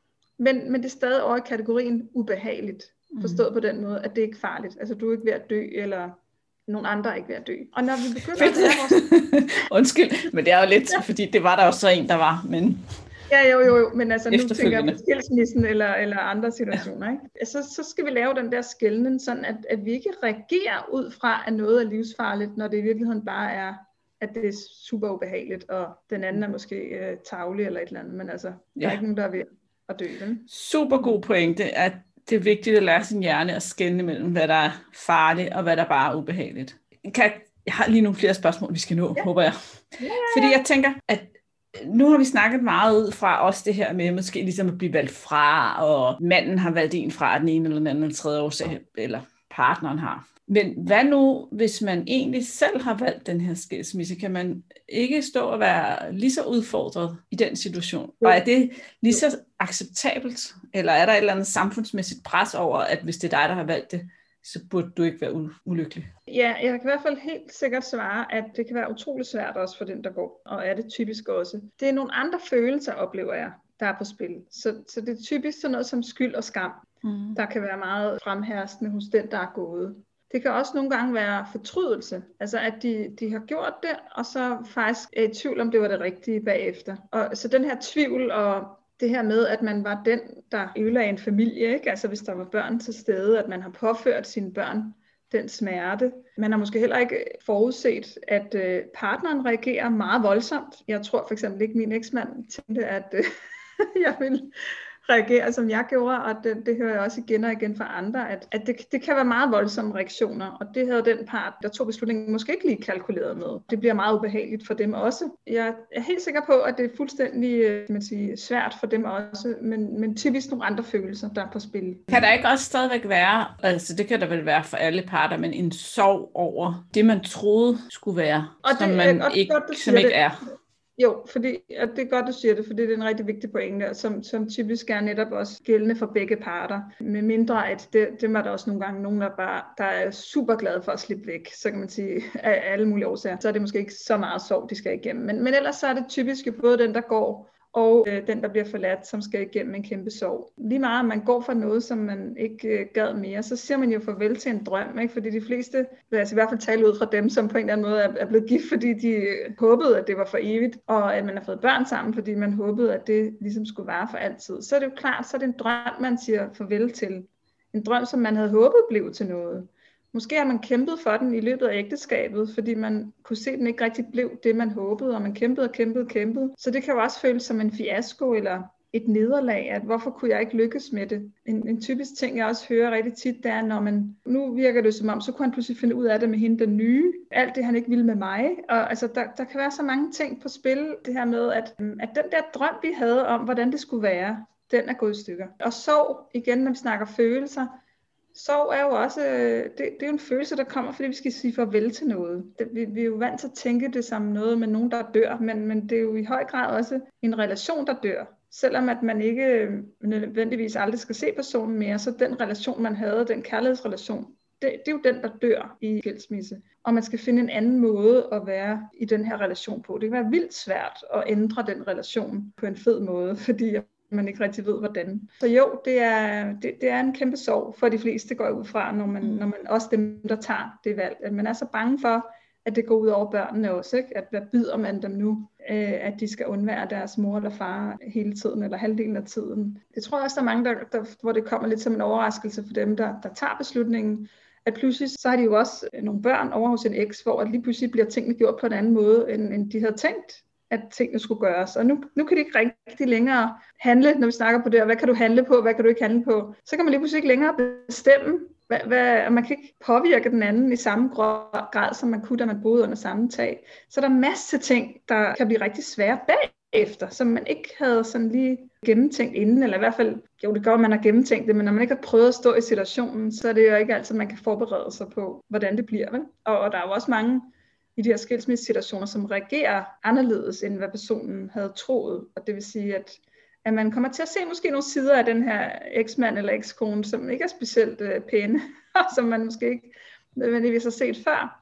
Men, men det er stadig over i kategorien ubehageligt. Forstået mm. på den måde, at det ikke er farligt. Altså du er ikke ved at dø, eller nogen andre er ikke ved at dø. Og når vi begynder at lære vores... Undskyld, men det er jo lidt, fordi det var der jo så en, der var, men... Ja, jo, jo, jo, men altså nu tænker jeg på skilsmissen eller, eller andre situationer, ja. Ikke? Så, så skal vi lave den der skelnen, sådan at, at vi ikke reagerer ud fra, at noget er livsfarligt, når det i virkeligheden bare er, at det er super ubehageligt, og den anden er måske øh, tarvelig eller et eller andet, men altså, der ja. er ikke nogen, der er ved at dø. Vel? Super god pointe, at det er vigtigt at lære sin hjerne at skelne mellem, hvad der er farligt, og hvad der bare er ubehageligt. Kan, jeg har lige nogle flere spørgsmål, vi skal nå, ja. håber jeg. Ja, ja, ja. Fordi jeg tænker, at nu har vi snakket meget ud fra også det her med måske ligesom at blive valgt fra, og manden har valgt en fra den ene eller den anden eller tredje årsag, eller partneren har. Men hvad nu, hvis man egentlig selv har valgt den her skilsmisse? Kan man ikke stå og være lige så udfordret i den situation? Og er det lige så acceptabelt? Eller er der et eller andet samfundsmæssigt pres over, at hvis det er dig, der har valgt det, så burde du ikke være u- ulykkelig? Ja, jeg kan i hvert fald helt sikkert svare, at det kan være utrolig svært også for den, der går, og er det typisk også. Det er nogle andre følelser, oplever jeg, der er på spil. Så, så det er typisk sådan noget som skyld og skam, mm. der kan være meget fremherskende hos den, der er gået. Det kan også nogle gange være fortrydelse, altså at de, de har gjort det, og så faktisk er i tvivl om, det var det rigtige bagefter. Og så den her tvivl og det her med, at man var den, der ødelagde en familie, ikke? Altså hvis der var børn til stede, at man har påført sine børn den smerte. Man har måske heller ikke forudset, at øh, partneren reagerer meget voldsomt. Jeg tror for eksempel ikke, min eksmand tænkte, at øh, jeg ville reagere, som jeg gjorde, og det, det hører jeg også igen og igen fra andre, at, at det, det kan være meget voldsomme reaktioner, og det havde den part, der tog beslutningen, måske ikke lige kalkuleret med. Det bliver meget ubehageligt for dem også. Jeg er helt sikker på, at det er fuldstændig kan man sige, svært for dem også, men, men typisk nogle andre følelser, der er på spil. Kan der ikke også stadigvæk være, altså det kan der vel være for alle parter, men en sorg over det, man troede skulle være, og som det, man og ikke, godt, som ikke det. er? Jo, fordi, og det er godt, du siger det, fordi det er en rigtig vigtig pointe, som, som typisk er netop også gældende for begge parter. Med mindre, at det, det var der også nogle gange nogen, der, bare, der er super glade for at slippe væk, så kan man sige, af alle mulige årsager. Så er det måske ikke så meget sorg, de skal igennem. Men, men ellers så er det typisk både den, der går, og øh, den, der bliver forladt, som skal igennem en kæmpe sorg. Lige meget, at man går fra noget, som man ikke øh, gad mere, så siger man jo farvel til en drøm, ikke? Fordi de fleste, lad os i hvert fald tale ud fra dem, som på en eller anden måde er, er blevet gift, fordi de øh, håbede, at det var for evigt, og at man har fået børn sammen, fordi man håbede, at det ligesom skulle vare for altid. Så er det jo klart, så er det en drøm, man siger farvel til. En drøm, som man havde håbet blev til noget. Måske har man kæmpet for den i løbet af ægteskabet, fordi man kunne se, at den ikke rigtig blev det, man håbede, og man kæmpede og kæmpede og kæmpede. Så det kan jo også føles som en fiasko eller et nederlag, at hvorfor kunne jeg ikke lykkes med det? En, en typisk ting, jeg også hører rigtig tit, det er, når man, nu virker det som om, så kunne han pludselig finde ud af det med hende, den nye. Alt det, han ikke ville med mig. Og altså, der, der kan være så mange ting på spil, det her med, at, at den der drøm, vi havde om, hvordan det skulle være, den er gået i stykker. Og sorg, igen, når vi snakker følelser, sorg er jo også, det, det er jo en følelse, der kommer, fordi vi skal sige farvel til noget. Det, vi, vi er jo vant til at tænke det som noget med nogen, der dør, men, men det er jo i høj grad også en relation, der dør. Selvom at man ikke nødvendigvis aldrig skal se personen mere, så den relation, man havde, den kærlighedsrelation, det, det er jo den, der dør i skilsmisse. Og man skal finde en anden måde at være i den her relation på. Det kan være vildt svært at ændre den relation på en fed måde, fordi man ikke rigtig ved, hvordan. Så jo, det er, det, det er en kæmpe sorg for de fleste, går ud fra, når man, når man også dem, der tager det valg. At man er så bange for, at det går ud over børnene også, ikke? At hvad byder man dem nu, øh, at de skal undvære deres mor eller far hele tiden, eller halvdelen af tiden. Det tror jeg også, der er mange, der, der, hvor det kommer lidt som en overraskelse for dem, der, der tager beslutningen, at pludselig så har de jo også nogle børn over hos en eks, hvor at lige pludselig bliver tingene gjort på en anden måde, end, end de havde tænkt, at tingene skulle gøres. Og nu, nu kan de ikke rigtig længere handle, når vi snakker på det, og hvad kan du handle på, hvad kan du ikke handle på? Så kan man lige pludselig ikke længere bestemme, hvad, hvad, og man kan ikke påvirke den anden i samme grad, som man kunne, da man boede under samme tag. Så der er masser af ting, der kan blive rigtig svære bagefter, som man ikke havde sådan lige gennemtænkt inden, eller i hvert fald, jo det gør, man har gennemtænkt det, men når man ikke har prøvet at stå i situationen, så er det jo ikke altid, man kan forberede sig på, hvordan det bliver. Vel? Og, og der er jo også mange i de her skilsmissesituationer, som reagerer anderledes, end hvad personen havde troet. Og det vil sige, at, at man kommer til at se måske nogle sider af den her eksmand eller ekskone, som ikke er specielt øh, pæne, og som man måske ikke nødvendigvis har set før.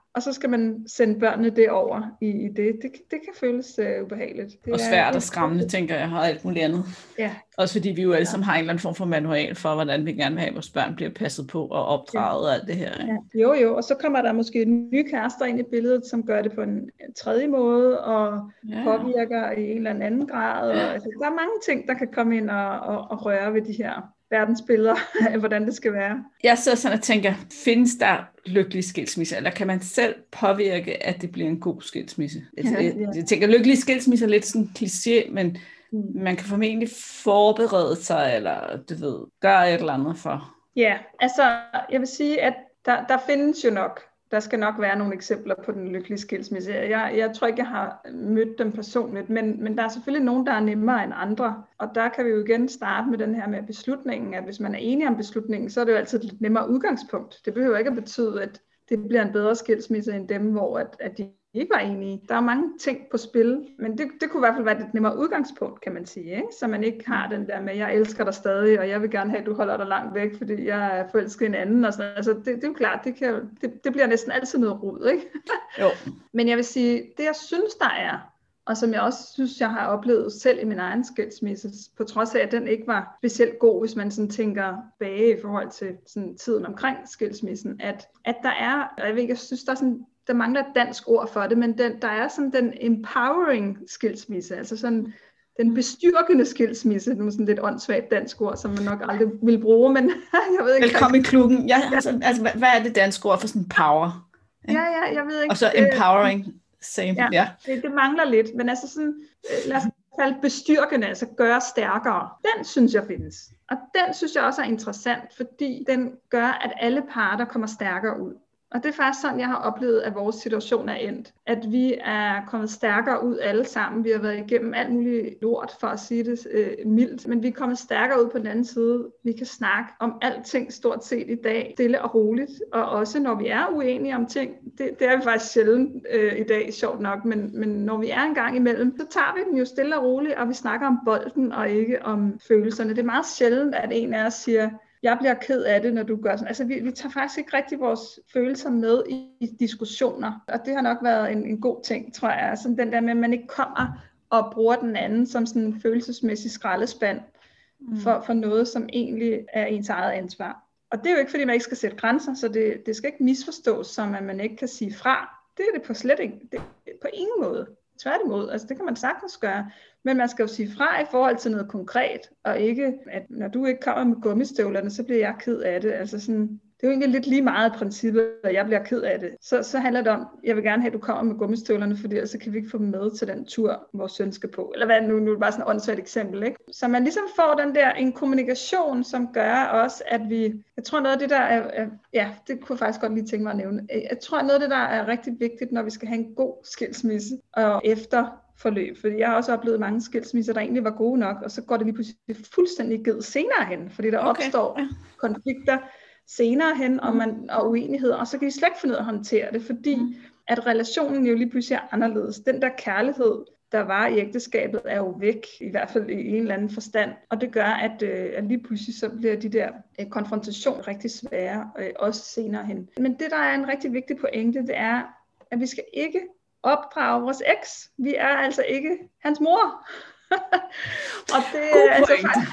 og så skal man sende børnene det over i, i det. det. Det kan føles uh, ubehageligt. Det og svært og skræmmende, tænker jeg, og alt muligt andet. Ja. Også fordi vi jo alle sammen har en eller anden form for manual for, hvordan vi gerne vil have, at vores børn bliver passet på og opdraget og alt det her. Ikke? Ja. Jo, jo, og så kommer der måske nye kærester ind i billedet, som gør det på en tredje måde, og ja. påvirker i en eller anden grad. Og, altså, der er mange ting, der kan komme ind og, og, og røre ved de her verdensbilleder af, hvordan det skal være. Jeg sidder sådan og tænker, findes der lykkelig skilsmisse, eller kan man selv påvirke, at det bliver en god skilsmisse? Altså, ja, ja. Jeg, jeg tænker, lykkelig skilsmisse er lidt sådan en kliché, men mm. man kan formentlig forberede sig, eller du ved, gøre et eller andet for. Ja, altså jeg vil sige, at der, der findes jo nok, der skal nok være nogle eksempler på den lykkelige skilsmisse. Jeg, jeg tror ikke, jeg har mødt dem personligt, men, men der er selvfølgelig nogen, der er nemmere end andre. Og der kan vi jo igen starte med den her med beslutningen, at hvis man er enig om beslutningen, så er det jo altid et lidt nemmere udgangspunkt. Det behøver ikke at betyde, at det bliver en bedre skilsmisse end dem, hvor at, at de ikke var enige. Der er mange ting på spil, men det, det kunne i hvert fald være et lidt nemmere udgangspunkt, kan man sige. Ikke? Så man ikke har den der med, jeg elsker dig stadig, og jeg vil gerne have, at du holder dig langt væk, fordi jeg er forelsket i en anden. Og sådan. Altså, det, det er jo klart, det, kan, det, det bliver næsten altid noget rod. Ikke? Jo. Men jeg vil sige, det jeg synes, der er, og som jeg også synes, jeg har oplevet selv i min egen skilsmisse, på trods af, at den ikke var specielt god, hvis man sådan tænker bage i forhold til sådan tiden omkring skilsmissen, at, at der er, og jeg ved ikke, jeg synes, der er sådan, der mangler et dansk ord for det, men den, der er sådan den empowering skilsmisse, altså sådan den bestyrkende skilsmisse, nu sådan lidt åndssvagt dansk ord, som man nok aldrig vil bruge, men jeg ved ikke. Velkommen i klubben. Ja, altså, altså, hvad er det danske ord for sådan power? Ja, ja, jeg ved ikke. Og så empowering. Same. Ja, ja. Det, det mangler lidt, men altså sådan, lad os kalde bestyrkende, altså gøre stærkere. Den synes jeg findes. Og den synes jeg også er interessant, fordi den gør, at alle parter kommer stærkere ud. Og det er faktisk sådan, jeg har oplevet, at vores situation er endt. At vi er kommet stærkere ud alle sammen. Vi har været igennem alt muligt lort, for at sige det øh, mildt. Men vi er kommet stærkere ud på den anden side. Vi kan snakke om alting stort set i dag, stille og roligt. Og også når vi er uenige om ting. Det, det er vi faktisk sjældent øh, i dag, sjovt nok. Men, men når vi er en gang imellem, så tager vi den jo stille og roligt, og vi snakker om bolden og ikke om følelserne. Det er meget sjældent, at en af os siger, jeg bliver ked af det, når du gør sådan. Altså, vi, vi tager faktisk ikke rigtig vores følelser med i, i diskussioner. Og det har nok været en, en god ting, tror jeg. Sådan den der med, at man ikke kommer og bruger den anden som sådan en følelsesmæssig skraldespand mm. for, for noget, som egentlig er ens eget ansvar. Og det er jo ikke, fordi man ikke skal sætte grænser, så det, det skal ikke misforstås som, at man ikke kan sige fra. Det er det på slet ikke. Det, på ingen måde. Tværtimod, altså det kan man sagtens gøre, men man skal jo sige fra i forhold til noget konkret, og ikke, at når du ikke kommer med gummistøvlerne, så bliver jeg ked af det. Altså sådan, det er jo egentlig lidt lige meget princippet, at jeg bliver ked af det. Så, så handler det om, jeg vil gerne have, at du kommer med gummistøvlerne, fordi ellers så kan vi ikke få dem med til den tur, vores søn skal på. Eller hvad nu, nu er det bare sådan et åndssvagt eksempel, ikke? Så man ligesom får den der, en kommunikation, som gør også, at vi, jeg tror noget af det der er, er ja, det kunne jeg faktisk godt lige tænke mig at nævne. Jeg tror noget af det der er rigtig vigtigt, når vi skal have en god skilsmisse, og efter forløb, fordi jeg har også oplevet mange skilsmisser, der egentlig var gode nok, og så går det lige pludselig fuldstændig givet senere hen, fordi der okay. opstår konflikter senere hen, og, man, og uenigheder, og så kan vi slet ikke finde ud af at håndtere det, fordi mm. at relationen jo lige pludselig er anderledes. Den der kærlighed, der var i ægteskabet, er jo væk, i hvert fald i en eller anden forstand, og det gør, at, øh, at lige pludselig så bliver de der øh, konfrontationer rigtig svære, øh, også senere hen. Men det, der er en rigtig vigtig pointe, det er, at vi skal ikke opdrage vores eks. Vi er altså ikke hans mor. og det er altså faktisk,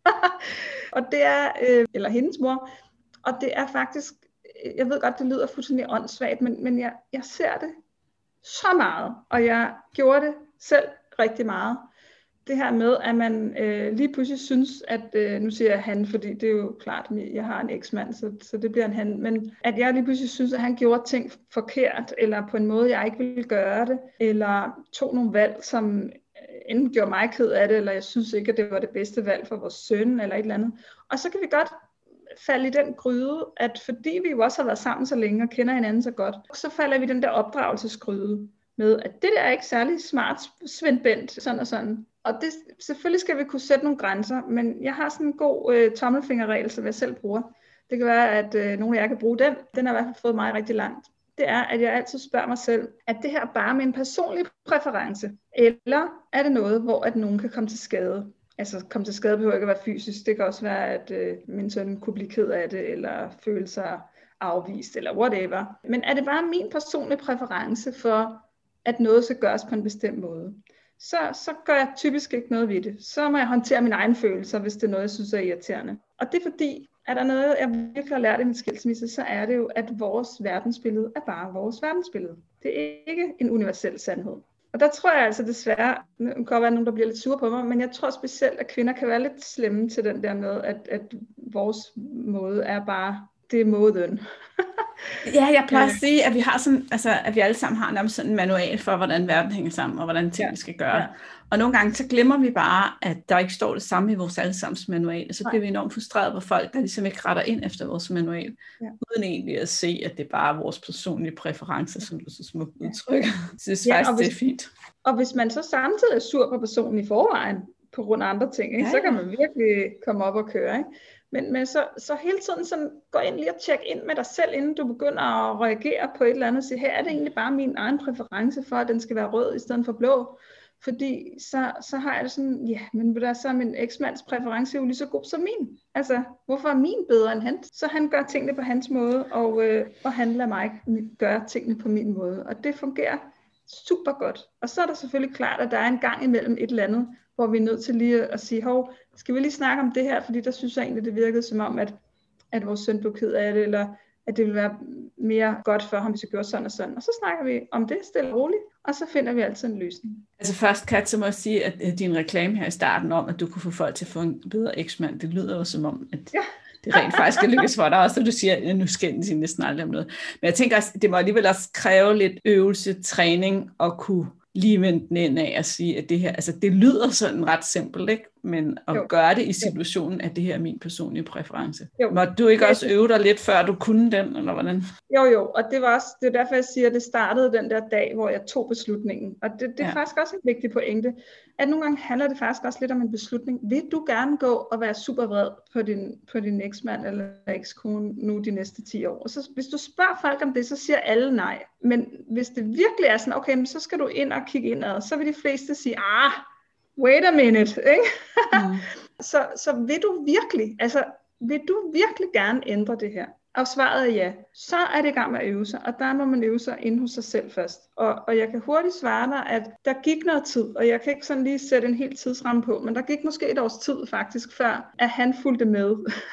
og det er øh, eller hendes mor. Og det er faktisk, jeg ved godt, det lyder fuldstændig åndssvagt, men, men jeg, jeg ser det så meget, og jeg gjorde det selv rigtig meget. Det her med, at man øh, lige pludselig synes, at, øh, nu siger jeg han, fordi det er jo klart, at jeg har en eksmand, så, så det bliver en han, men at jeg lige pludselig synes, at han gjorde ting forkert, eller på en måde, jeg ikke ville gøre det, eller tog nogle valg, som enten gjorde mig ked af det, eller jeg synes ikke, at det var det bedste valg for vores søn, eller et eller andet. Og så kan vi godt falde i den gryde, at fordi vi jo også har været sammen så længe, og kender hinanden så godt, så falder vi i den der opdragelsesgryde med, at det der er ikke særlig smart, Svend Bent, sådan og sådan. Og det, selvfølgelig skal vi kunne sætte nogle grænser, men jeg har sådan en god øh, tommelfingerregel, som jeg selv bruger. Det kan være, at øh, nogle af jer kan bruge den. Den har i hvert fald fået mig rigtig langt. Det er, at jeg altid spørger mig selv, at det her bare med en personlig præference, eller er det noget, hvor at nogen kan komme til skade? Altså komme til skade behøver ikke at være fysisk. Det kan også være, at øh, min søn kunne blive ked af det, eller føle sig afvist, eller whatever. Men er det bare min personlige præference for, at noget skal gøres på en bestemt måde, så, så gør jeg typisk ikke noget ved det. Så må jeg håndtere mine egne følelser, hvis det er noget, jeg synes er irriterende. Og det er fordi, er der noget, jeg virkelig har lært i min skilsmisse, så er det jo, at vores verdensbillede er bare vores verdensbillede. Det er ikke en universel sandhed. Og der tror jeg altså desværre, nu kan der være nogen, der bliver lidt sure på mig, men jeg tror specielt, at kvinder kan være lidt slemme til den der med, at, at vores måde er bare, det er måden. Ja, jeg plejer at sige, at vi har sådan, altså, at vi alle sammen har nærmest sådan en manual for, hvordan verden hænger sammen, og hvordan tingene skal gøre. Ja. Og nogle gange, så glemmer vi bare, at der ikke står det samme i vores allesammens manual, og så bliver vi enormt frustreret på folk, der ligesom ikke retter ind efter vores manual, ja. Uden egentlig at se, at det er bare vores personlige præferencer, som du så smukt udtrykker. Så det synes ja, faktisk, hvis, det er fint. Og hvis man så samtidig er sur på personen i forvejen, på grund af andre ting, ikke, ja, ja. Så kan man virkelig komme op og køre, ikke? Men, men så, så hele tiden sådan, gå ind lige og tjek ind med dig selv, inden du begynder at reagere på et eller andet, og sige, her er det egentlig bare min egen præference for, at den skal være rød i stedet for blå. Fordi så, så har jeg det sådan, ja, men der så er min eksmands præference jo lige så god som min. Altså, hvorfor er min bedre end hans? Så han gør tingene på hans måde, og, øh, og han lader mig gøre tingene på min måde. Og det fungerer super godt. Og så er der selvfølgelig klart, at der er en gang imellem et eller andet, hvor vi er nødt til lige at sige, hov, skal vi lige snakke om det her? Fordi der synes jeg egentlig, det virkede som om, at, at vores søn blev ked af det, eller at det ville være mere godt for ham, hvis vi gjorde sådan og sådan. Og så snakker vi om det stille og roligt, og så finder vi altid en løsning. Altså først, Kat, så må jeg sige, at din reklame her i starten om, at du kunne få folk til at få en bedre eksmand, det lyder jo som om, at ja. Det rent faktisk skal lykkes for dig, også, så du siger, at nu skændes I næsten aldrig om noget. Men jeg tænker også, det må alligevel også kræve lidt øvelse, træning, at kunne lige vende den ind af at sige, at det her, altså det lyder sådan ret simpelt, ikke? Men at jo. Gøre det i situationen, at det her er min personlige præference. Jo. Måtte du ikke også øve dig lidt, før du kunne den, eller hvordan? Jo, jo, og det var også, det er derfor, jeg siger, at det startede den der dag, hvor jeg tog beslutningen. Og det, det er ja. Faktisk også en vigtig pointe, at nogle gange handler det faktisk også lidt om en beslutning. Vil du gerne gå og være super vred på din, på din eksmand eller ekskone nu de næste ti år? Og så, hvis du spørger folk om det, så siger alle nej. Men hvis det virkelig er sådan, okay, så skal du ind og kigge indad, så vil de fleste sige, ah, wait a minute, ikke? Mm. så, så vil du virkelig, altså vil du virkelig gerne ændre det her? Og svaret er ja. Så er det i gang med at øve sig, og der må man øve sig inde hos sig selv først. Og, og jeg kan hurtigt svare dig, at der gik noget tid, og jeg kan ikke sådan lige sætte en hel tidsramme på, men der gik måske et års tid faktisk, før at han fulgte med,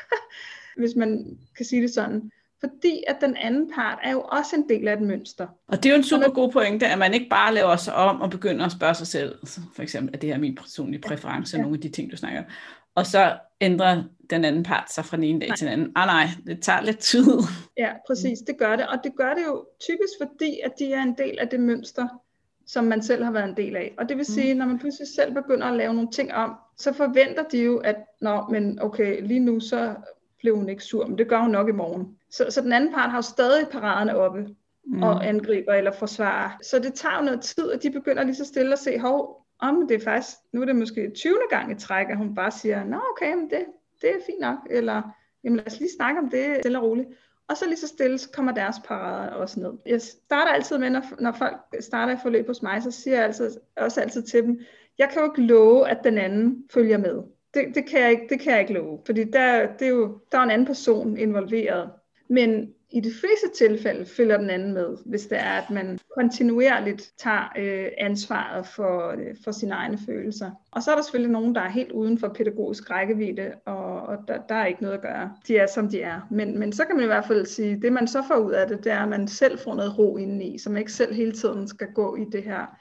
hvis man kan sige det sådan. Fordi at den anden part er jo også en del af et mønster. Og det er jo en super god pointe, at man ikke bare laver sig om og begynder at spørge sig selv, for eksempel, at det her er min personlige præference, ja. Nogle af de ting, du snakker om. Og så ændrer den anden part sig fra den ene dag nej. Til den anden. Ah nej, det tager lidt tid. Ja, præcis, det gør det. Og det gør det jo typisk fordi, at de er en del af det mønster, som man selv har været en del af. Og det vil sige, mm. når man pludselig selv begynder at lave nogle ting om, så forventer de jo, at nå, men okay, lige nu så blev hun ikke sur, men det gør hun nok i morgen. Så, så den anden part har jo stadig paraderne oppe mm. og angriber eller forsvarer. Så det tager jo noget tid, og de begynder lige så stille at se, hov, om det er faktisk, nu er det måske tyvende gang i træk, at hun bare siger, nå okay, men det, det er fint nok, eller jamen lad os lige snakke om det stille og roligt. Og så lige så stille, så kommer deres parader også ned. Jeg starter altid med, når, når folk starter i forløb hos mig, så siger jeg altid, også altid til dem, jeg kan jo ikke love, at den anden følger med. Det, det, kan, jeg ikke, det kan jeg ikke love, fordi der, det er jo, der er en anden person involveret. Men i de fleste tilfælde følger den anden med, hvis det er, at man kontinuerligt tager øh, ansvaret for, øh, for sine egne følelser. Og så er der selvfølgelig nogen, der er helt uden for pædagogisk rækkevidde, og, og der, der er ikke noget at gøre. De er, som de er. Men, men så kan man i hvert fald sige, det man så får ud af det, det er, at man selv får noget ro indeni, så man ikke selv hele tiden skal gå i det her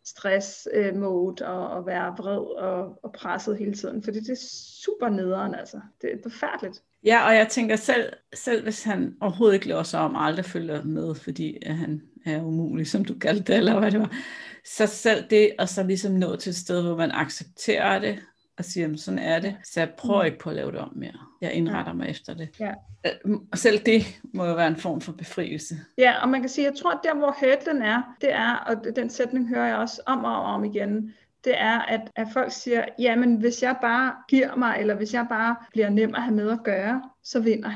stress-mode og, og være vred og, og presset hele tiden. Fordi det er super nederen, altså. Det er forfærdeligt. Ja, og jeg tænker selv, selv hvis han overhovedet ikke laver sig om, aldrig følger med, fordi at han er umulig, som du kaldte det, eller hvad det var, så selv det, og så ligesom nå til et sted, hvor man accepterer det, og siger, sådan er det, så jeg prøver ikke på at lave det om mere. Jeg indretter ja. Mig efter det. Ja. Og selv det må jo være en form for befrielse. Ja, og man kan sige, jeg tror, at der hvor hurdlen er, det er, og den sætning hører jeg også om og om igen, det er, at, at folk siger, jamen hvis jeg bare giver mig, eller hvis jeg bare bliver nem at have med at gøre, så vinder han.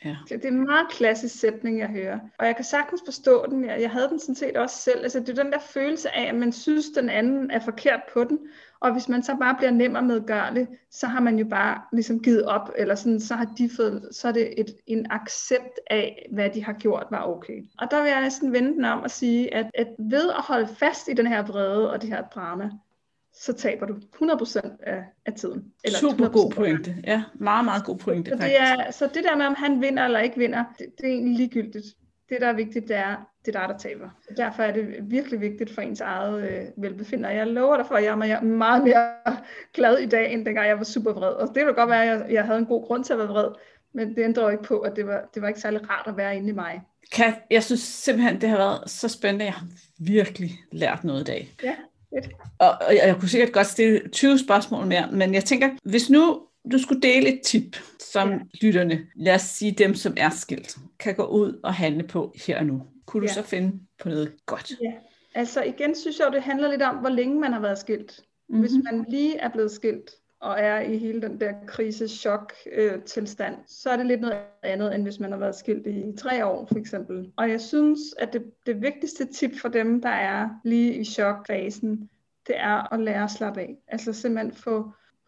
Ja. Det er en meget klassisk sætning, jeg hører. Og jeg kan sagtens forstå den. Jeg, jeg havde den sådan set også selv. Altså, det er den der følelse af, at man synes, den anden er forkert på den. Og hvis man så bare bliver nem og medgørlig, så har man jo bare ligesom givet op. Eller sådan, så har de fået, så er det et, en accept af, hvad de har gjort, var okay. Og der vil jeg næsten vende den om og sige, at, at ved at holde fast i den her vrede og det her drama, så taber du hundrede procent af, af tiden. Eller super god pointe. Ja, meget, meget god pointe så faktisk. Det er, så det der med, om han vinder eller ikke vinder, det, det er egentlig ligegyldigt. Det, der er vigtigt, det er, det er dig, der taber. Så derfor er det virkelig vigtigt for ens eget øh, velbefindende. Jeg lover dig for, at jeg er meget mere glad i dag, end dengang jeg var super vred. Og det kan godt være, at jeg, jeg havde en god grund til at være vred, men det ændrer jo ikke på, at det var, det var ikke særlig rart at være inde i mig. Kat, jeg synes simpelthen, det har været så spændende. Jeg har virkelig lært noget i dag. Ja. Og, og jeg kunne sikkert godt stille tyve spørgsmål mere, men jeg tænker, hvis nu du skulle dele et tip, som ja. lytterne, lad os sige dem, som er skilt, kan gå ud og handle på her og nu, kunne du ja. så finde på noget godt? Ja, altså igen synes jeg, det handler lidt om, hvor længe man har været skilt. Mm-hmm. Hvis man lige er blevet skilt, og er i hele den der krise-chok-tilstand, så er det lidt noget andet, end hvis man har været skilt i tre år, for eksempel. Og jeg synes, at det, det vigtigste tip for dem, der er lige i chokfasen, det er at lære at slappe af. Altså simpelthen få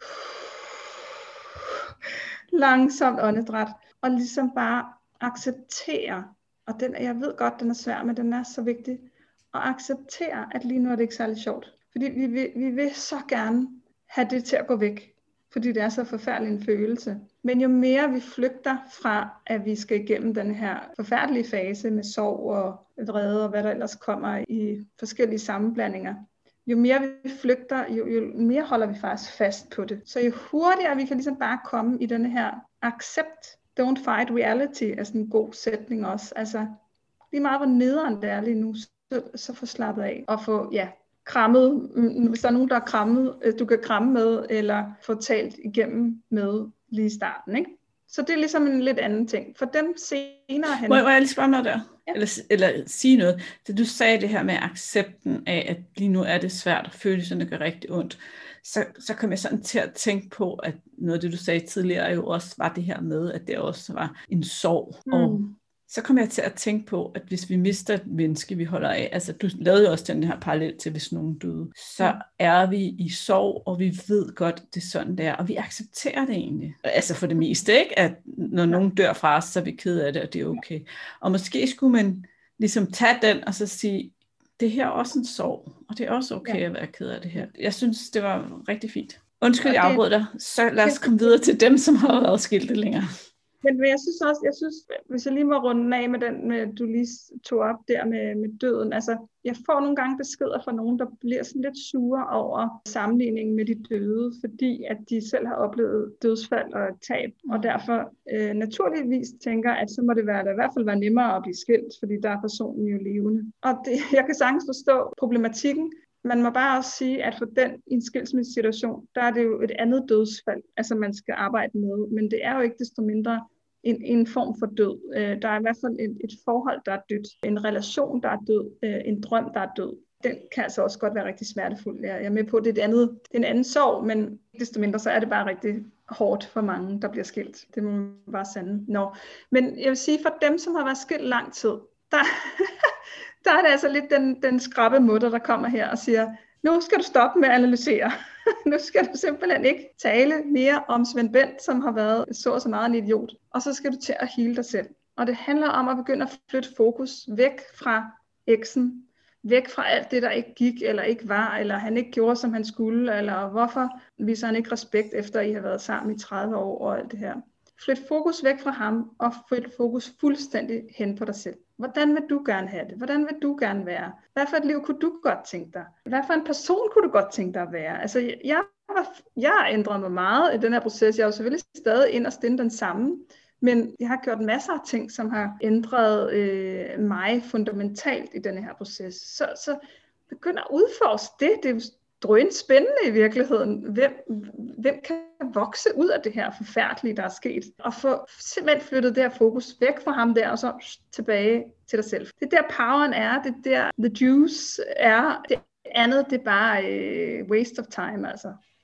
langsomt åndedræt, og ligesom bare acceptere, og den, jeg ved godt, den er svær, men den er så vigtig, at acceptere, at lige nu er det ikke særlig sjovt. Fordi vi vil, vi vil så gerne have det til at gå væk, fordi det er så forfærdelig en følelse. Men jo mere vi flygter fra, at vi skal igennem den her forfærdelige fase med sorg og vrede og hvad der ellers kommer i forskellige sammenblandinger, jo mere vi flygter, jo, jo mere holder vi faktisk fast på det. Så jo hurtigere vi kan ligesom bare komme i den her accept, don't fight reality, er sådan en god sætning også. Altså lige meget hvor nederen det er lige nu, så, så få slappet af og få, ja, krammet, hvis der er nogen, der er krammet, du kan kramme med, eller få talt igennem med lige i starten, ikke? Så det er ligesom en lidt anden ting. For dem senere hen... Må, må jeg lige spørge noget der? Ja. Eller, eller sige noget? Da du sagde det her med accepten af, at lige nu er det svært, og følelserne gør rigtig ondt, så, så kom jeg sådan til at tænke på, at noget af det, du sagde tidligere, jo også var det her med, at det også var en sorg. Mm. Og så kom jeg til at tænke på, at hvis vi mister et menneske, vi holder af, altså du lavede jo også den her parallel til, hvis nogen døde, så mm. er vi i sorg, og vi ved godt, det er sådan det er, og vi accepterer det egentlig. Altså for det meste, ikke? At når nogen dør fra os, så er vi ked af det, og det er okay. Og måske skulle man ligesom tage den, og så sige, det her er også en sorg, og det er også okay ja. at være ked af det her. Jeg synes, det var rigtig fint. Undskyld, jeg afbrød dig, så lad os komme videre til dem, som har været skilte længere. Men, men jeg synes også, jeg synes, hvis jeg lige må runde af med den, med, du lige tog op der med, med døden, altså jeg får nogle gange beskeder fra nogen, der bliver sådan lidt sure over sammenligningen med de døde, fordi at de selv har oplevet dødsfald og tab, og derfor øh, naturligvis tænker, at så må det være, i hvert fald være nemmere at blive skilt, fordi der er personen jo levende. Og det, jeg kan sagtens forstå problematikken. Man må bare også sige, at for den i en skilsmissesituation, der er det jo et andet dødsfald, altså man skal arbejde med, men det er jo ikke desto mindre en, en form for død. Øh, der er i hvert fald et, et forhold, der er dødt, en relation, der er død, øh, en drøm, der er død. Den kan altså også godt være rigtig smertefuld. Jeg er med på, at det er, et andet, det er en anden sorg, men desto mindre så er det bare rigtig hårdt for mange, der bliver skilt. Det må man bare sande. Nå. Men jeg vil sige, for dem, som har været skilt lang tid, der, der er det altså lidt den, den skrappe mutter, der kommer her og siger, nu skal du stoppe med at analysere. Nu skal du simpelthen ikke tale mere om Svend Bent, som har været så og så meget en idiot. Og så skal du til at hele dig selv. Og det handler om at begynde at flytte fokus væk fra eksen, væk fra alt det, der ikke gik eller ikke var, eller han ikke gjorde, som han skulle, eller hvorfor viser han ikke respekt, efter I har været sammen i tredive år og alt det her. Flyt fokus væk fra ham, og flyt fokus fuldstændig hen på dig selv. Hvordan vil du gerne have det? Hvordan vil du gerne være? Hvad for et liv kunne du godt tænke dig? Hvad for en person kunne du godt tænke dig at være? Altså, jeg, jeg har ændret mig meget i den her proces. Jeg er jo selvfølgelig stadig ind og stinde den samme, men jeg har gjort masser af ting, som har ændret øh, mig fundamentalt i den her proces. Så, så begynd at udforske det. Det er drøn spændende i virkeligheden. Hvem, hvem kan vokse ud af det her forfærdelige, der er sket? Og få simpelthen flyttet det her fokus væk fra ham der, og så tilbage til dig selv. Det er der poweren er, det er der the juice er. Det andet, det er bare øh, waste of time, altså.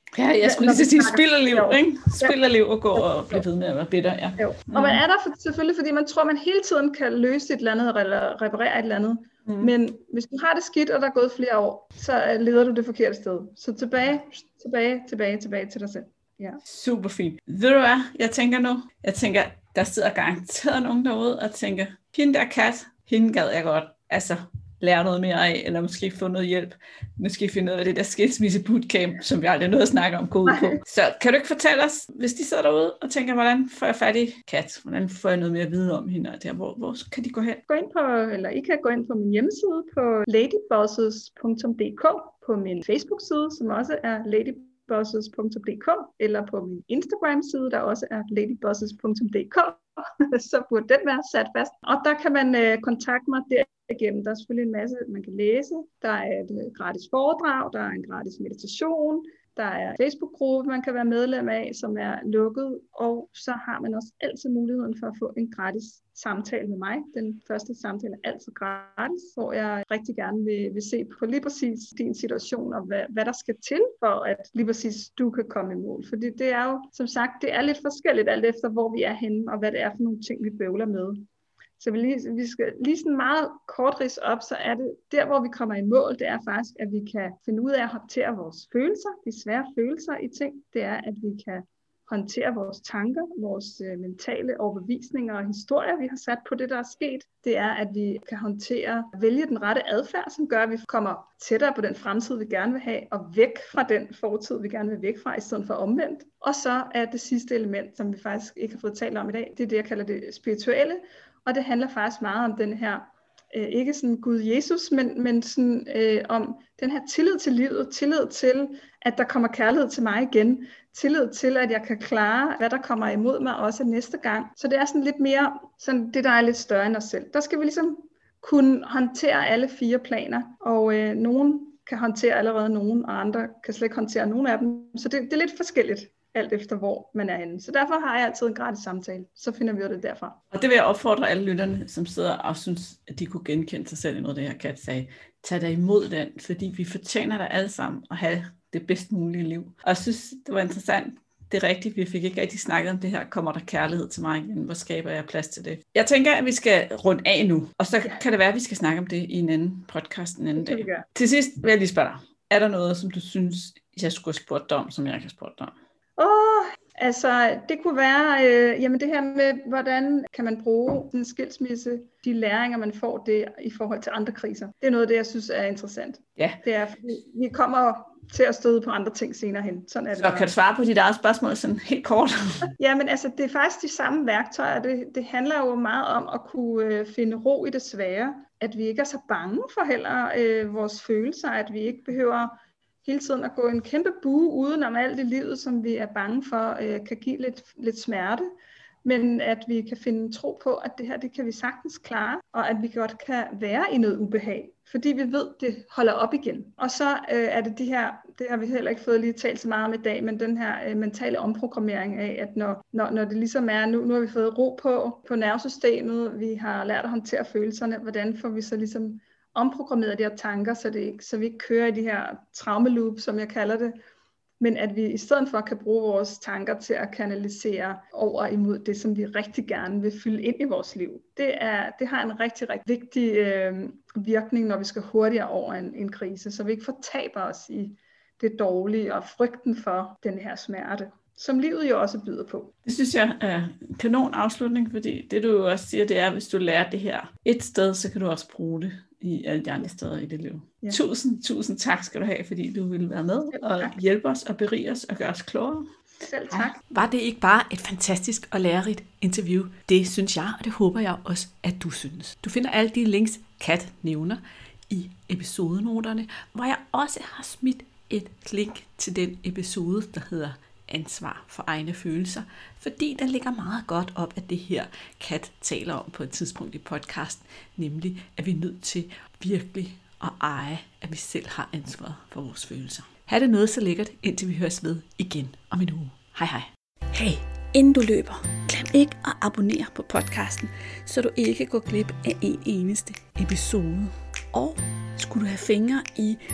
Ja, jeg skulle lige sige spild af liv, jo. ikke? Spild af liv og gå og blive ved med at være bitter, ja. Jo. Og man er der for, selvfølgelig, fordi man tror, man hele tiden kan løse et eller andet, eller reparere et eller andet. Mm. Men hvis du har det skidt, og der er gået flere år, så leder du det forkerte sted. Så tilbage, tilbage, tilbage, tilbage til dig selv. Ja. Super fint. Ved du hvad, jeg tænker nu? Jeg tænker, der sidder garanteret nogen derude og tænker, hende der Kat, hende gad jeg godt. Altså, lære noget mere af, eller måske få noget hjælp. Måske finde noget af det der skilsmisse bootcamp, som vi aldrig nåede at snakke om, gå ud på. Så kan du ikke fortælle os, hvis de sidder derude og tænker, hvordan får jeg fat i Kat? Hvordan får jeg noget mere at vide om hende? Og der, hvor, hvor kan de gå hen? Gå ind på, eller I kan gå ind på min hjemmeside på ladybosses punktum d k, på min Facebook-side, som også er ladybosses punktum d k, eller på min Instagram-side, der også er ladybosses punktum d k. Så burde den være sat fast. Og der kan man øh, kontakte mig derigennem. Der er selvfølgelig en masse, man kan læse. Der er et øh, gratis foredrag, der er en gratis meditation, der er en Facebook-gruppe, man kan være medlem af, som er lukket. Og så har man også altid muligheden for at få en gratis samtale med mig. Den første samtale er altid gratis, hvor jeg rigtig gerne vil, vil se på lige præcis din situation, og hvad, hvad der skal til, for at lige præcis du kan komme i mål. Fordi det er jo, som sagt, det er lidt forskelligt alt efter, hvor vi er henne, og hvad det er for nogle ting, vi bøvler med. Så vi, lige, vi skal lige sådan meget kort ridse op, så er det der, hvor vi kommer i mål, det er faktisk, at vi kan finde ud af at håndtere vores følelser, de svære følelser i ting. Det er, at vi kan håndtere vores tanker, vores øh, mentale overbevisninger og historier, vi har sat på det, der er sket. Det er, at vi kan håndtere, vælge den rette adfærd, som gør, at vi kommer tættere på den fremtid, vi gerne vil have, og væk fra den fortid, vi gerne vil væk fra, i stedet for omvendt. Og så er det sidste element, som vi faktisk ikke har fået talt om i dag, det er det, jeg kalder det spirituelle, og det handler faktisk meget om den her, øh, ikke sådan Gud Jesus, men, men sådan, øh, om den her tillid til livet, tillid til, at der kommer kærlighed til mig igen, tillid til, at jeg kan klare, hvad der kommer imod mig også næste gang. Så det er sådan lidt mere, sådan det der er lidt større end os selv. Der skal vi ligesom kunne håndtere alle fire planer, og øh, nogen kan håndtere allerede nogen, og andre kan slet ikke håndtere nogen af dem. Så det, det er lidt forskelligt, alt efter hvor man er henne. Så derfor har jeg altid en gratis samtale. Så finder vi jo det derfra. Og det vil jeg opfordre alle lytterne, som sidder og synes, at de kunne genkende sig selv i noget, det her Kat sagde. Tag dig imod den, fordi vi fortjener dig alle sammen at have det bedst mulige liv. Og jeg synes, det var interessant. Det er rigtigt, vi fik ikke rigtig snakket om det her. Kommer der kærlighed til mig igen? Hvor skaber jeg plads til det? Jeg tænker, at vi skal runde af nu. Og så ja. kan det være, at vi skal snakke om det i en anden podcast en anden dag. Til sidst vil jeg lige spørge dig. Er der noget, som du synes, jeg skulle have spurgt dig om, som jeg ikke har spurgt dig om? Åh, oh, altså det kunne være, øh, jamen det her med, hvordan kan man bruge en skilsmisse, de læringer, man får det i forhold til andre kriser. Det er noget af det, jeg synes er interessant. Ja. Det er, fordi vi kommer til at støde på andre ting senere hen. Sådan er det. Så kan du svare på dit eget spørgsmål sådan helt kort? Ja, men altså det er faktisk de samme værktøjer. Det, det handler jo meget om at kunne øh, finde ro i det svære. At vi ikke er så bange for heller øh, vores følelser, at vi ikke behøver hele tiden at gå en kæmpe bue uden om alt i livet, som vi er bange for, øh, kan give lidt, lidt smerte. Men at vi kan finde tro på, at det her, det kan vi sagtens klare, og at vi godt kan være i noget ubehag, fordi vi ved, det holder op igen. Og så øh, er det de her, det har vi heller ikke fået lige talt så meget om i dag, men den her øh, mentale omprogrammering af, at når, når, når det ligesom er, nu, nu har vi fået ro på, på nervesystemet, vi har lært at håndtere følelserne, hvordan får vi så ligesom omprogrammeret de her tanker, så, det ikke, så vi ikke kører i de her traumeloop, som jeg kalder det, men at vi i stedet for kan bruge vores tanker til at kanalisere over imod det, som vi rigtig gerne vil fylde ind i vores liv. Det, er, det har en rigtig, rigtig vigtig øh, virkning, når vi skal hurtigere over en, en krise, så vi ikke fortaber os i det dårlige og frygten for den her smerte, som livet jo også byder på. Det synes jeg er en kanon afslutning, fordi det du jo også siger, det er, at hvis du lærer det her et sted, så kan du også bruge det i alle de andre steder i dit liv. Ja. Tusind, tusind tak skal du have, fordi du ville være med og hjælpe os og berige os og gøre os klogere. Selv tak. Var det ikke bare et fantastisk og lærerigt interview? Det synes jeg, og det håber jeg også, at du synes. Du finder alle de links, Kat nævner, i episodenoterne, hvor jeg også har smidt et link til den episode, der hedder ansvar for egne følelser, fordi der ligger meget godt op af det her, Kat taler om på et tidspunkt i podcasten, nemlig at vi er nødt til virkelig at eje, at vi selv har ansvaret for vores følelser. Ha' det noget så lækkert, indtil vi høres ved igen om en uge. Hej hej. Hey, inden du løber, glem ikke at abonnere på podcasten, så du ikke går glip af en eneste episode. Og skulle du have fingre i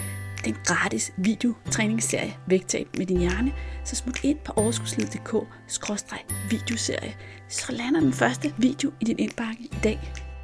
den gratis videotræningsserie Vægtab med din hjerne, så smut ind på overskudslivet punktum d k skråstreg videoserie, så lander den første video i din indbakke i dag.